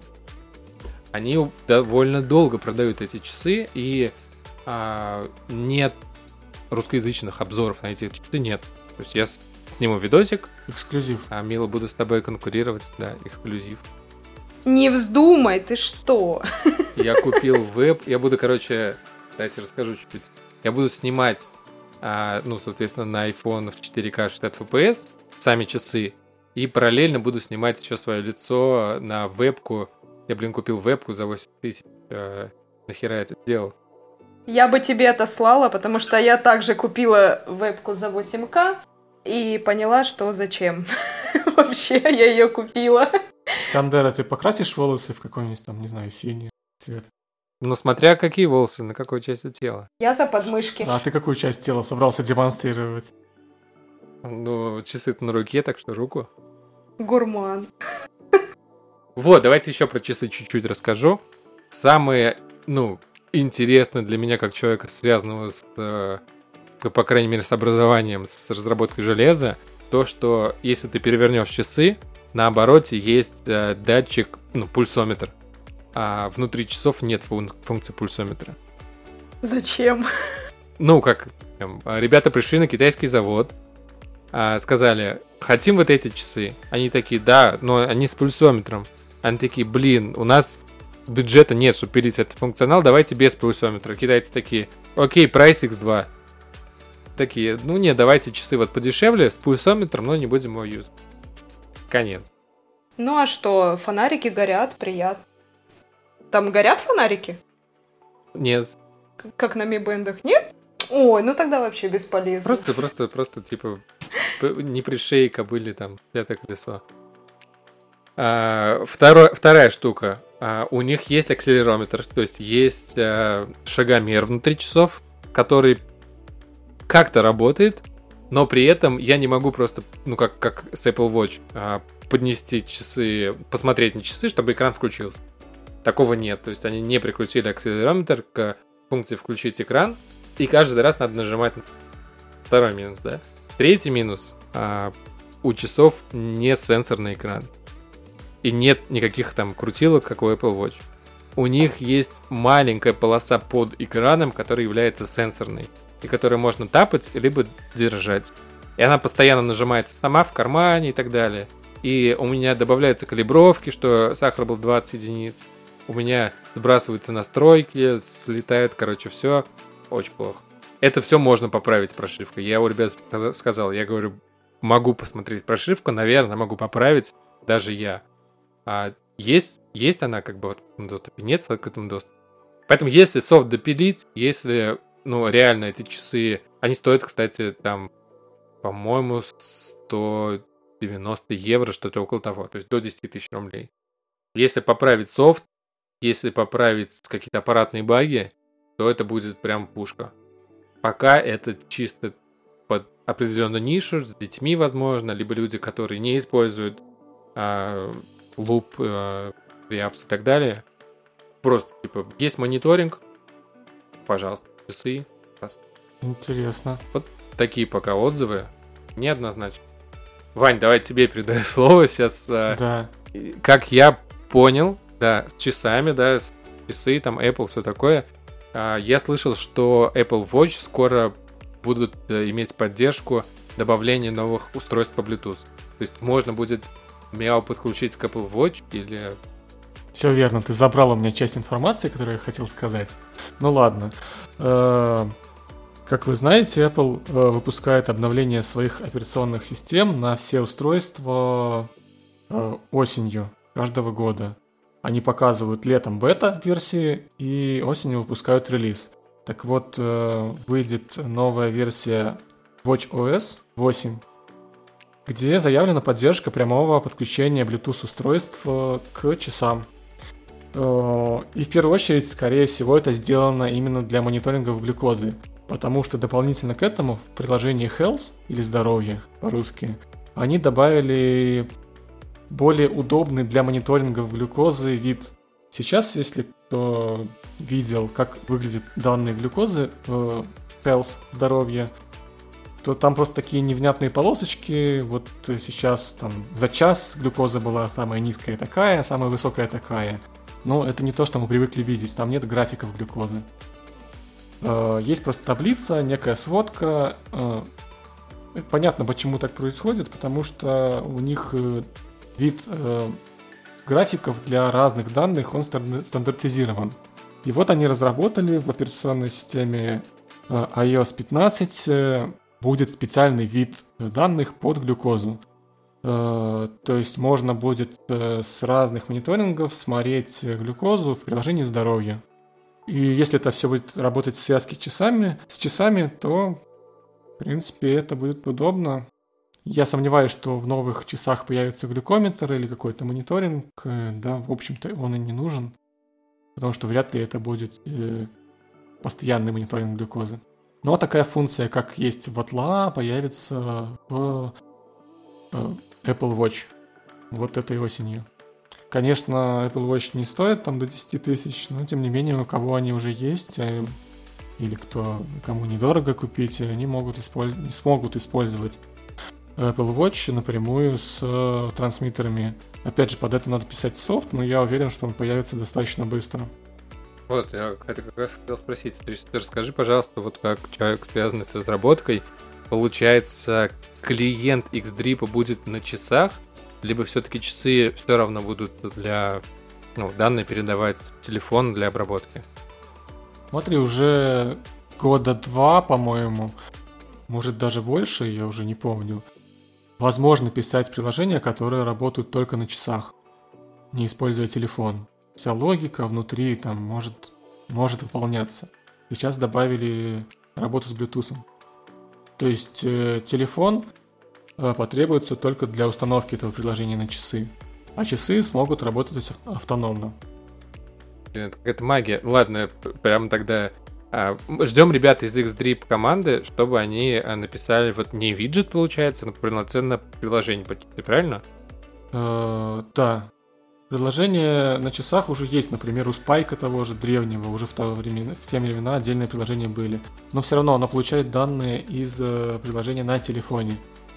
Они довольно долго продают эти часы, и а, нет русскоязычных обзоров на эти часы, нет. То есть я сниму видосик. Эксклюзив. А мило буду с тобой конкурировать, да, эксклюзив. Не вздумай, ты что? Я купил веб, я буду, короче, давайте расскажу чуть-чуть. Я буду снимать, а, ну, соответственно, на iPhone в четыре ка шестьдесят эф пи эс сами часы, и параллельно буду снимать еще свое лицо на вебку. Я, блин, купил вебку за восемь тысяч. Э, нахера я это делал? Я бы тебе это слала, потому что я также купила вебку за восемь ка и поняла, что зачем. Вообще я ее купила. Скандера, ты покрасишь волосы в какой-нибудь там, не знаю, синий цвет? Ну, смотря какие волосы, на какой части тела. Я за подмышки. А ты какую часть тела собрался демонстрировать? Ну, часы-то на руке, так что руку. Гурман. Вот, давайте еще про часы чуть-чуть расскажу. Самое, ну, интересное для меня, как человека, связанного с, э, по крайней мере, с образованием, с разработкой железа, то, что если ты перевернешь часы, на обороте есть э, датчик, ну, пульсометр, а внутри часов нет фун- функции пульсометра. Зачем? Ну, как, там, ребята пришли на китайский завод, а, сказали, хотим вот эти часы. Они такие, да, но они с пульсометром. Они такие, блин, у нас бюджета нет, чтобы пилить этот функционал, давайте без пульсометра. Китайцы такие, окей, прайс икс два. Такие, ну не, давайте часы вот подешевле, с пульсометром, но не будем его юзать. Конец. Ну а что, фонарики горят, приятно. Там горят фонарики? Нет. Как на Mi Band'ах, нет? Ой, ну тогда вообще бесполезно. Просто, просто, просто, типа, не при шее кобыли, там, пятое колесо. А, второе, вторая штука. А, у них есть акселерометр, то есть есть а, шагомер внутри часов, который как-то работает, но при этом я не могу просто, ну, как, как с Apple Watch, а, поднести часы, посмотреть на часы, чтобы экран включился. Такого нет, то есть они не прикрутили акселерометр к функции «включить экран», и каждый раз надо нажимать. Второй минус, да. Третий минус. А, у часов не сенсорный экран. И нет никаких там крутилок, как у Apple Watch. У них есть маленькая полоса под экраном, которая является сенсорной. И которую можно тапать, либо держать. И она постоянно нажимается сама в кармане и так далее. И у меня добавляются калибровки, что сахар был двадцать единиц. У меня сбрасываются настройки, слетают, короче, все. Очень плохо. Это все можно поправить прошивкой. Я у ребят сказал, я говорю, могу посмотреть прошивку, наверное, могу поправить, даже я. А есть, есть она как бы в открытом доступе, нет в открытом доступе. Поэтому если софт допилить, если, ну, реально эти часы, они стоят, кстати, там, по-моему, сто девяносто евро, что-то около того, то есть до десять тысяч рублей. Если поправить софт, если поправить какие-то аппаратные баги, то это будет прям пушка. Пока это чисто под определенную нишу, с детьми, возможно, либо люди, которые не используют а, луп, а, реапс и так далее. Просто, типа, есть мониторинг, пожалуйста, часы. Интересно. Вот такие пока отзывы, неоднозначно. Вань, давай тебе передаю слово сейчас. Да. Как я понял, да, с часами, да, с часы, там, Apple, все такое. Я слышал, что Apple Watch скоро будут иметь поддержку добавления новых устройств по Bluetooth. То есть можно будет Мяу подключить к Apple Watch или... Все верно, ты забрал у меня часть информации, которую я хотел сказать. Ну ладно. Как вы знаете, Apple выпускает обновление своих операционных систем на все устройства осенью каждого года. Они показывают летом бета-версии и осенью выпускают релиз. Так вот, выйдет новая версия watchOS восемь, где заявлена поддержка прямого подключения Bluetooth устройств к часам. И в первую очередь, скорее всего, это сделано именно для мониторинга глюкозы, потому что дополнительно к этому в приложении Health, или Здоровье по-русски, они добавили более удобный для мониторинга глюкозы вид. Сейчас, если кто видел, как выглядят данные глюкозы в Health, Здоровье, то там просто такие невнятные полосочки. Вот сейчас там за час глюкоза была самая низкая такая, самая высокая такая. Но это не то, что мы привыкли видеть, там нет графиков глюкозы. Есть просто таблица, некая сводка. Понятно, почему так происходит, потому что у них вид графиков для разных данных, он стандартизирован. И вот они разработали в операционной системе ай о эс пятнадцать будет специальный вид данных под глюкозу. То есть можно будет с разных мониторингов смотреть глюкозу в приложении «Здоровье». И если это все будет работать в связке часами, с часами, то, в принципе, это будет удобно. Я сомневаюсь, что в новых часах появится глюкометр или какой-то мониторинг. Да, в общем-то, он и не нужен, потому что вряд ли это будет постоянный мониторинг глюкозы. Но такая функция, как есть в Atla, появится в Apple Watch вот этой осенью. Конечно, Apple Watch не стоит там до десять тысяч, но тем не менее, у кого они уже есть, или кто, кому недорого купить, они могут использ... не смогут использовать Apple Watch напрямую с э, трансмиттерами. Опять же, под это надо писать софт, но я уверен, что он появится достаточно быстро. Вот, я это как раз хотел спросить. Ты расскажи, пожалуйста, вот как человек, связанный с разработкой, получается, клиент X-Drip будет на часах, либо все-таки часы все равно будут для, ну, данные передавать в телефон для обработки? Смотри, уже года два, по-моему, может даже больше, я уже не помню, возможно писать приложения, которые работают только на часах, не используя телефон. Вся логика внутри там может, может выполняться. Сейчас добавили работу с Bluetooth. То есть э, телефон э, потребуется только для установки этого приложения на часы, а часы смогут работать ав- автономно. Блин, это какая-то магия. Ладно, прямо тогда а, ждем ребят из X-Drip команды, чтобы они а, написали вот не виджет, получается, но полноценное приложение по часы, правильно? Э, да. Приложение на часах уже есть, например, у Спайка того же древнего, уже в, то время, в те времена отдельные приложения были. Но все равно оно получает данные из э, приложения на телефоне.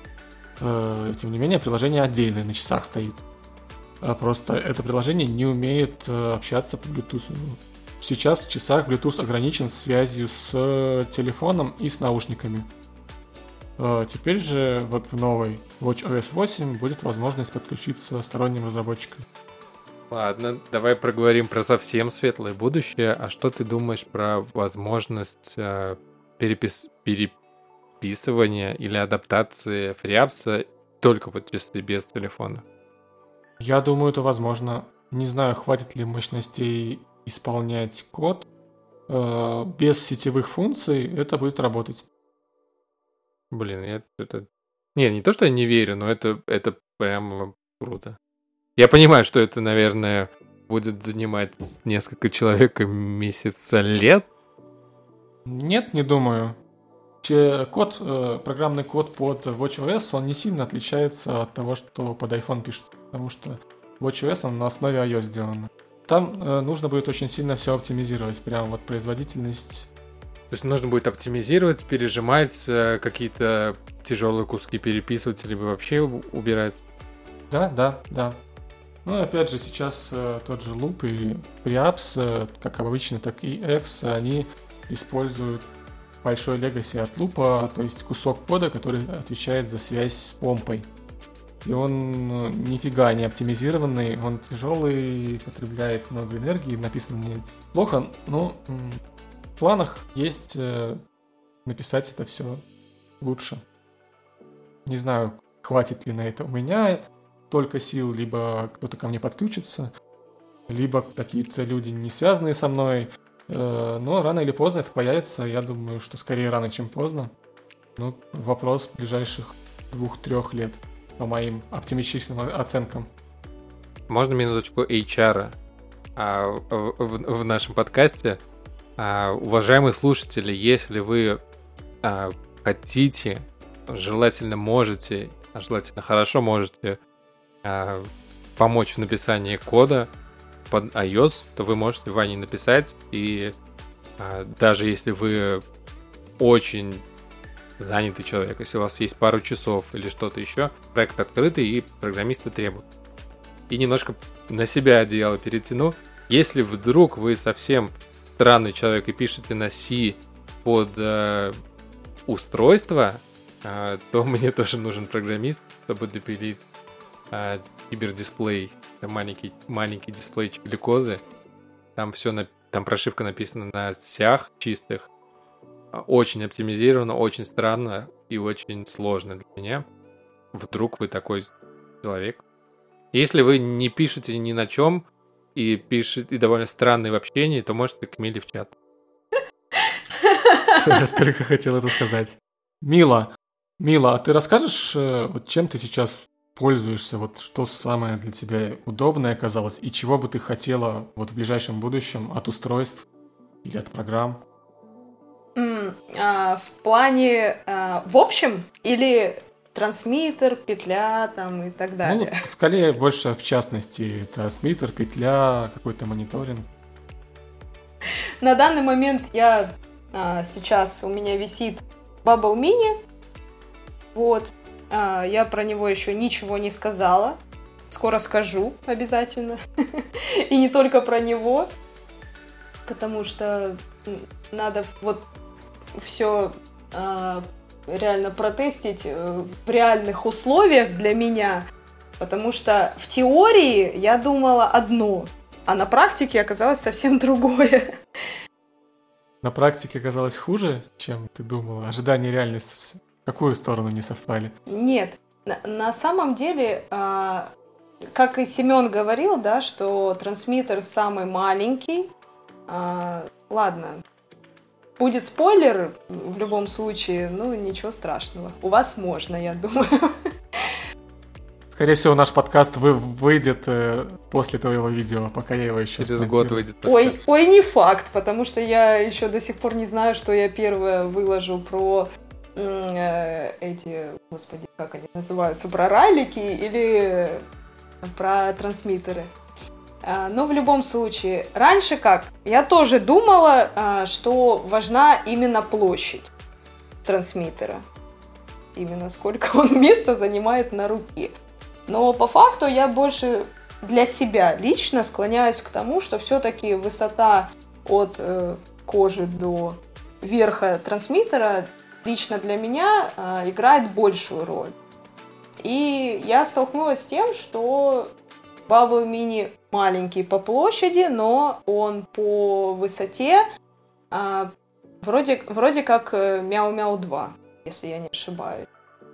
Э, тем не менее, приложение отдельное на часах стоит. А просто это приложение не умеет э, общаться по Bluetooth. Сейчас в часах Bluetooth ограничен связью с э, телефоном и с наушниками. Э, теперь же вот в новой WatchOS восемь будет возможность подключиться сторонним разработчикам. Ладно, давай проговорим про совсем светлое будущее. А что ты думаешь про возможность э, перепис... переписывания или адаптации FreeApps только вот часы без телефона? Я думаю, это возможно. Не знаю, хватит ли мощностей исполнять код. Э, без сетевых функций это будет работать. Блин, я это... Не, не то, что я не верю, но это, это прям круто. Я понимаю, что это, наверное, будет занимать несколько человек месяца лет. Нет, не думаю. Че- Код, э, программный код под WatchOS, он не сильно отличается от того, что под iPhone пишется, потому что WatchOS, он на основе iOS сделан. Там э, нужно будет очень сильно все оптимизировать, прям вот производительность. То есть нужно будет оптимизировать, пережимать, э, какие-то тяжелые куски переписывать, либо вообще убирать. Да, да, да. Ну и опять же, сейчас э, тот же Loop и FreeApps, э, как обычно, так и X, они используют большой легаси от Loop, то есть кусок кода, который отвечает за связь с помпой. И он э, нифига не оптимизированный, он тяжелый, потребляет много энергии, написано мне плохо, но м- в планах есть э, написать это все лучше. Не знаю, хватит ли на это у меня только сил, либо кто-то ко мне подключится, либо какие-то люди, не связанные со мной. Но рано или поздно это появится. Я думаю, что скорее рано, чем поздно. Ну, вопрос ближайших двух-трех лет, по моим оптимистичным оценкам. Можно минуточку эйч ар а, в, в, в нашем подкасте? А, уважаемые слушатели, если вы а, хотите, желательно можете, а желательно хорошо можете а, помочь в написании кода под iOS, то вы можете Ване написать, и а, даже если вы очень занятый человек, если у вас есть пару часов или что-то еще, проект открытый и программисты требуют. И немножко на себя одеяло перетяну. Если вдруг вы совсем странный человек и пишете на C под э, устройство, э, то мне тоже нужен программист, чтобы допилить э, кибердисплей. Это маленький, маленький дисплейчик глюкозы. Там все, на, там прошивка написана на сях чистых. Очень оптимизировано, очень странно и очень сложно для меня. Вдруг вы такой человек. Если вы не пишете ни на чем и пишете и довольно странные в общении, то можете к Миле в чат. Только хотел это сказать. Мила, Мила, а ты расскажешь, вот чем ты сейчас пользуешься, вот что самое для тебя удобное оказалось, и чего бы ты хотела вот в ближайшем будущем от устройств или от программ? Mm, а, в плане а, в общем или трансмиттер, петля там и так далее? Ну, в скале больше в частности трансмиттер, петля, какой-то мониторинг. На данный момент я а, сейчас у меня висит Bubble Mini, вот. Я про него еще ничего не сказала. Скоро скажу обязательно. И не только про него. Потому что надо вот все реально протестить в реальных условиях для меня. Потому что в теории я думала одно, а на практике оказалось совсем другое. На практике оказалось хуже, чем ты думала? Ожидания и реальность в какую сторону не совпали? Нет, на, на самом деле, а, как и Семен говорил, да, что трансмиттер самый маленький. А, ладно, будет спойлер в любом случае, ну ничего страшного. У вас можно, я думаю. Скорее всего, наш подкаст вы, выйдет э, после твоего видео, пока я его еще через год выйдет. Ой, ой, не факт, потому что я еще до сих пор не знаю, что я первое выложу про э, эти, господи, как они называются, про раллики или про трансмиттеры. А, но в любом случае, раньше как? Я тоже думала, а, что важна именно площадь трансмиттера. Именно сколько он места занимает на руке. Но по факту я больше для себя лично склоняюсь к тому, что все-таки высота от э, кожи до верха трансмиттера лично для меня э, играет большую роль. И я столкнулась с тем, что Bubble Mini маленький по площади, но он по высоте э, вроде, вроде как Мяу-Мяу два, если я не ошибаюсь.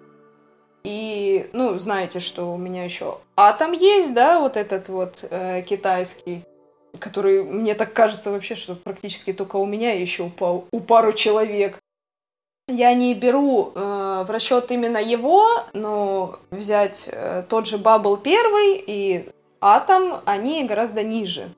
И, ну, знаете, что у меня еще Atom есть, да, вот этот вот э, китайский, который, мне так кажется вообще, что практически только у меня и еще у, у пару человек. Я не беру э, в расчет именно его, но взять э, тот же Bubble один и Atom, они гораздо ниже,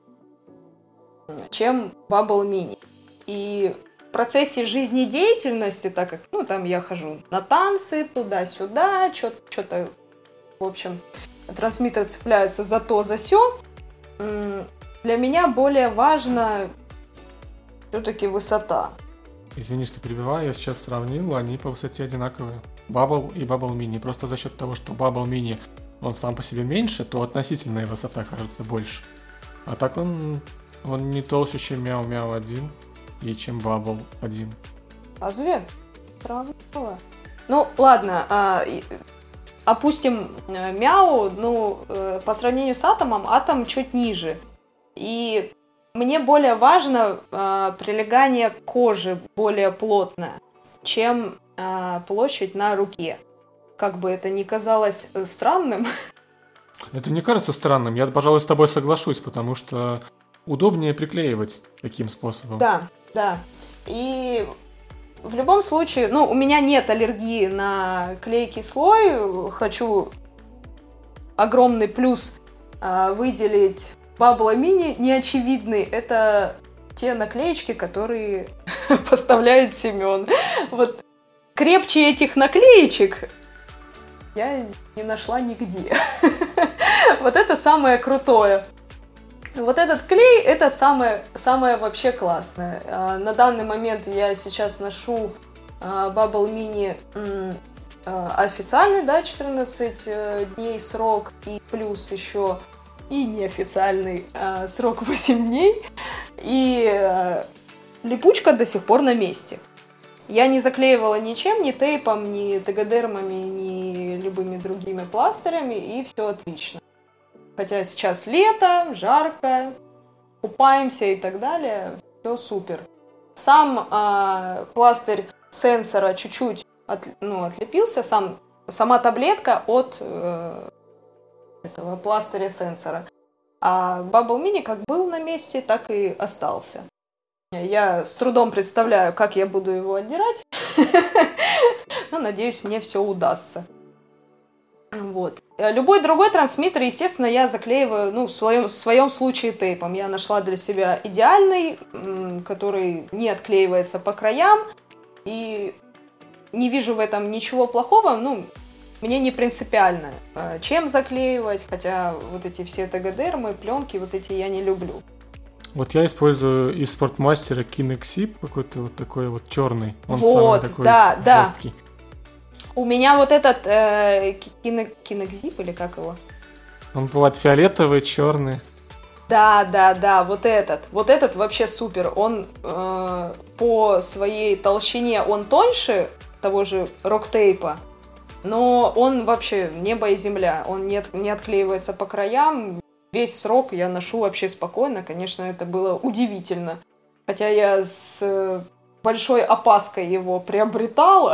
чем Bubble Mini. И в процессе жизнедеятельности, так как, ну, там я хожу на танцы, туда-сюда, что-то, в общем, трансмиттер цепляется за то, за сё, для меня более важна все-таки высота. Извини, что перебиваю, я сейчас сравнил, они по высоте одинаковые. Bubble и Bubble Mini. Просто за счет того, что Bubble Mini, он сам по себе меньше, то относительная высота кажется больше. А так он, он не толще, чем Мяу-Мяу один. И чем Bubble один. Разве? Сравнила. Ну, ладно, а, и, опустим а, Мяу, ну, э, по сравнению с Атомом, Атом чуть ниже. И мне более важно а, прилегание кожи более плотное, чем а, площадь на руке. Как бы это ни казалось странным. Это не кажется странным, я, пожалуй, с тобой соглашусь, потому что удобнее приклеивать таким способом. Да. Да, и в любом случае, ну, у меня нет аллергии на клейкий слой. Хочу огромный плюс э, выделить Bubble Mini неочевидный. Это те наклеечки, которые поставляет Семен. Вот крепче этих наклеечек я не нашла нигде. Вот это самое крутое. Вот этот клей, это самое, самое вообще классное. На данный момент я сейчас ношу Bubble Mini официальный, да, четырнадцать дней срок, и плюс еще и неофициальный срок восемь дней. И липучка до сих пор на месте. Я не заклеивала ничем, ни тейпом, ни тегодермами, ни любыми другими пластырями, и все отлично. Хотя сейчас лето, жарко, купаемся и так далее, все супер. Сам э, пластырь сенсора чуть-чуть от, ну, отлепился, сам, сама таблетка от э, этого пластыря сенсора. А Bubble Mini как был на месте, так и остался. Я с трудом представляю, как я буду его отдирать, но надеюсь, мне все удастся. Вот. Любой другой трансмиттер, естественно, я заклеиваю, ну, в своем, в своем случае тейпом. Я нашла для себя идеальный, который не отклеивается по краям, и не вижу в этом ничего плохого, ну, мне не принципиально, чем заклеивать, хотя вот эти все тегодермы, пленки, вот эти я не люблю. Вот я использую из спортмастера Kinexip какой-то вот такой вот черный, он вот, самый такой да, жесткий. Да. У меня вот этот э, кино, кинокзип, или как его? Он бывает фиолетовый, черный. Да, да, да, вот этот. Вот этот вообще супер. Он э, по своей толщине, он тоньше того же рок-тейпа, но он вообще небо и земля. Он не, от, не отклеивается по краям. Весь срок я ношу вообще спокойно. Конечно, это было удивительно. Хотя я с большой опаской его приобретала,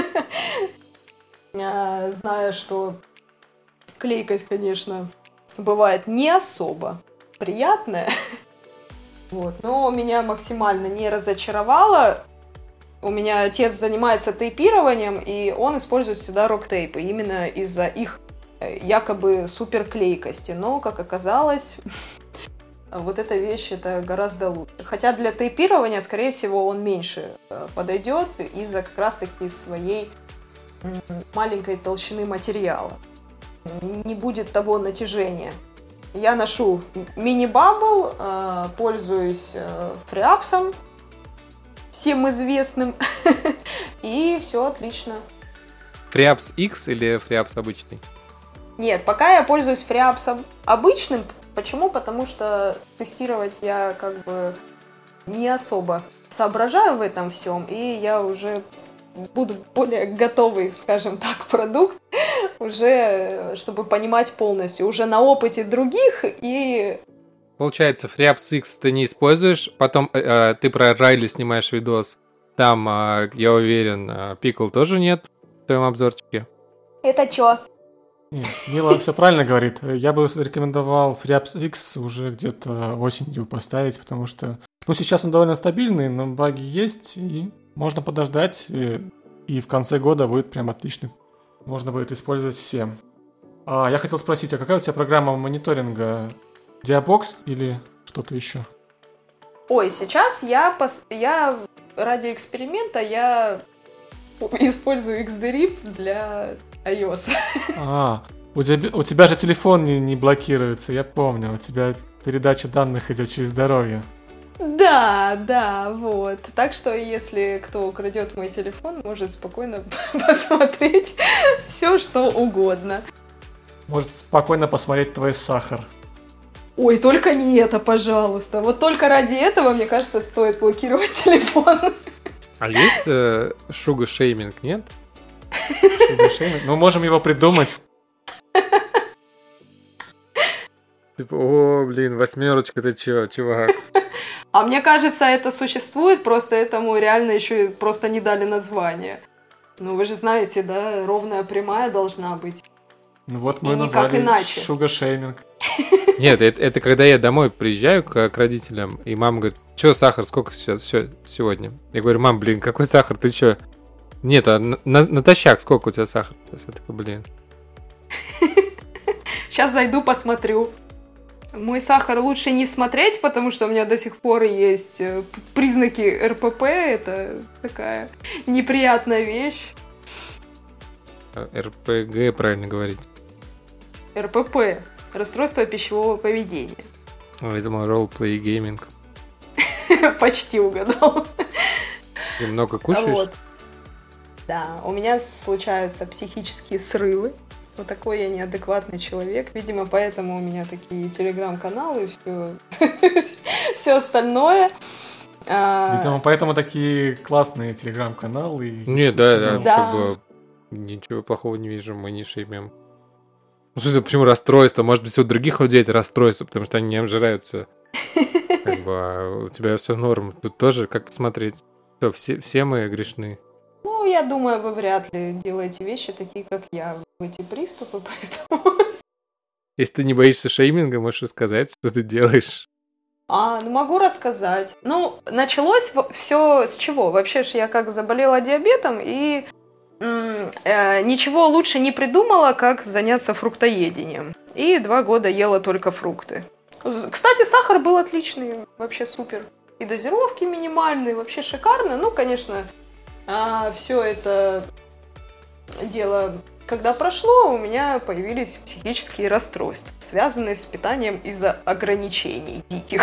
зная, что клейкость, конечно, бывает не особо приятная. Вот. Но меня максимально не разочаровало. У меня отец занимается тейпированием, и он использует всегда рок-тейпы именно из-за их якобы суперклейкости. Но, как оказалось, вот эта вещь это гораздо лучше. Хотя для тейпирования, скорее всего, он меньше подойдет из-за как раз-таки своей маленькой толщины материала. Не будет того натяжения. Я ношу мини-бабл, пользуюсь фриапсом, всем известным, и все отлично. Фриапс X или фриапс обычный? Нет, пока я пользуюсь фриапсом обычным. Почему? Потому что тестировать я как бы не особо соображаю в этом всем, и я уже буду более готовый, скажем так, продукт, уже чтобы понимать полностью, уже на опыте других. И получается, фриапс X ты не используешь, потом э, ты про Райли снимаешь видос, там, э, я уверен, э, Пикл тоже нет в твоем обзорчике. Это чё? Нет, Мила все правильно говорит. Я бы рекомендовал фриапс X уже где-то осенью поставить, потому что, ну, сейчас он довольно стабильный, но баги есть, и можно подождать, и, и в конце года будет прям отличный. Можно будет использовать всем. А, я хотел спросить, а какая у тебя программа мониторинга? Diabox или что-то еще? Ой, сейчас я, пос... я ради эксперимента я использую икс ди рип для iOS. А, у тебя, у тебя же телефон не, не блокируется, я помню. У тебя передача данных идет через здоровье. Да, да, вот. Так что, если кто украдет мой телефон, может спокойно посмотреть все, что угодно. Может спокойно посмотреть твой сахар. Ой, только не это, пожалуйста. Вот только ради этого, мне кажется, стоит блокировать телефон. А есть э, шуга-шейминг, нет? Шуга-шейминг? Мы можем его придумать. Типа, о, блин, восьмерочка, ты чё, чувак? А мне кажется, это существует, просто этому реально еще просто не дали название. Ну, вы же знаете, да, ровная прямая должна быть. Ну вот мы и назвали иначе. шуга-шейминг. Нет, это, это когда я домой приезжаю к, к родителям, и мама говорит, что сахар, сколько сейчас все, сегодня? Я говорю, мам, блин, какой сахар, ты что? Нет, а на, на, натощак сколько у тебя сахара? Я такой, блин. Сейчас зайду, посмотрю. Мой сахар лучше не смотреть, потому что у меня до сих пор есть признаки эр пэ пэ. Это такая неприятная вещь. эр пэ гэ, правильно говорить. эр пэ пэ. Расстройство пищевого поведения. О, я думал, ролл-плей гейминг. Почти угадал. Ты много кушаешь? Вот. Да, у меня случаются психические срывы. Вот такой я неадекватный человек. Видимо, поэтому у меня такие телеграм-каналы и все, все остальное. Видимо, поэтому такие классные телеграм-каналы. Нет, да, да, Да. как бы ничего плохого не вижу, мы не шеймим. Ну, что, почему расстройство? Может быть, у других людей это расстройство, потому что они не обжираются. Как бы, а у тебя все норм. Тут тоже, как посмотреть. Все, все, все мы грешны. Ну, я думаю, вы вряд ли делаете вещи такие, как я, в эти приступы, поэтому... Если ты не боишься шейминга, можешь рассказать, что ты делаешь. А, ну могу рассказать. Ну, началось все с чего? Вообще же я как заболела диабетом и м- э, ничего лучше не придумала, как заняться фруктоедением. И два года ела только фрукты. Кстати, сахар был отличный, вообще супер. И дозировки минимальные, вообще шикарно. Ну, конечно, э, все это дело... Когда прошло, у меня появились психические расстройства, связанные с питанием из-за ограничений диких.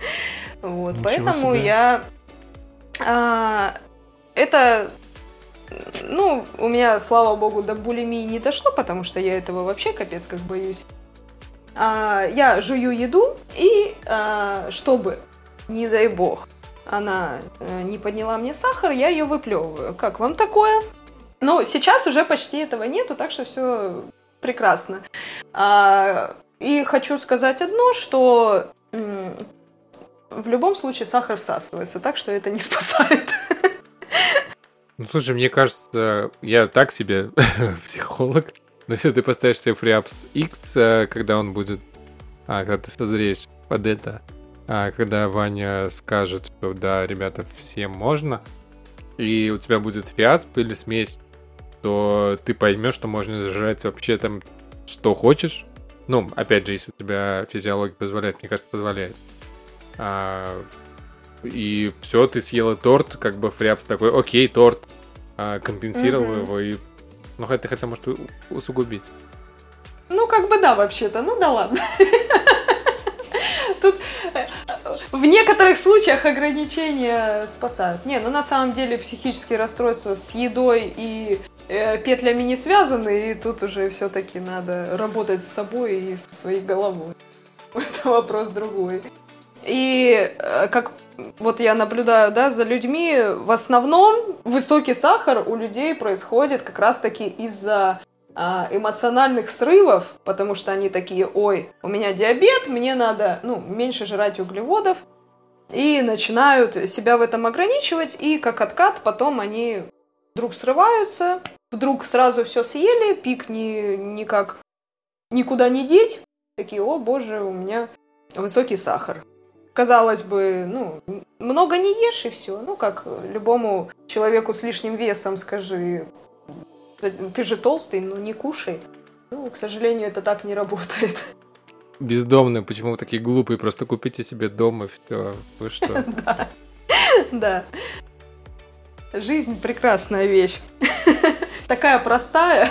Вот, поэтому себе. я... А, это ну, у меня, слава богу, до булимии не дошло, потому что я этого вообще капец как боюсь. А, я жую еду, и а, чтобы, не дай бог, она а, не подняла мне сахар, я ее выплевываю. Как вам такое? Ну, сейчас уже почти этого нету, так что все прекрасно. А, и хочу сказать одно, что м- в любом случае сахар всасывается, так что это не спасает. Ну, слушай, мне кажется, я так себе психолог, но если ты поставишь себе FreeApps X, когда он будет, а, когда ты созреешь под это, а, когда Ваня скажет, что да, ребята, всем можно, и у тебя будет фиасп или смесь, то ты поймешь, что можно зажрать вообще там что хочешь. Ну, опять же, если у тебя физиология позволяет, мне кажется, позволяет. А, и все, ты съела торт, как бы FreeApps такой, окей, торт, а, компенсировал mm-hmm. его, и, ну, хотя, хотя может усугубить. Ну, как бы да, вообще-то, ну да ладно. Тут в некоторых случаях ограничения спасают. Не, ну на самом деле психические расстройства с едой и э, петлями не связаны, и тут уже все-таки надо работать с собой и со своей головой. Это вопрос другой. И э, как вот я наблюдаю, да, за людьми, в основном высокий сахар у людей происходит как раз-таки из-за эмоциональных срывов, потому что они такие: ой, у меня диабет, мне надо, ну, меньше жрать углеводов, и начинают себя в этом ограничивать, и как откат потом они вдруг срываются, вдруг сразу все съели, пик ни, никак никуда не деть, такие: о боже, у меня высокий сахар. Казалось бы, ну, много не ешь и все, ну, как любому человеку с лишним весом скажи: ты же толстый, ну не кушай. Ну, к сожалению, это так не работает. Бездомные, почему вы такие глупые? Просто купите себе дом и все. Вы что? Да. Да. Жизнь прекрасная вещь. Такая простая.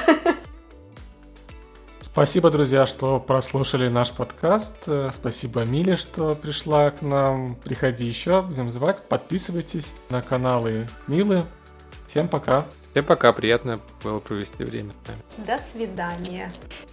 Спасибо, друзья, что прослушали наш подкаст. Спасибо Миле, что пришла к нам. Приходи еще, будем звать. Подписывайтесь на каналы Милы. Всем пока. Всем пока, приятно было провести время с вами. До свидания.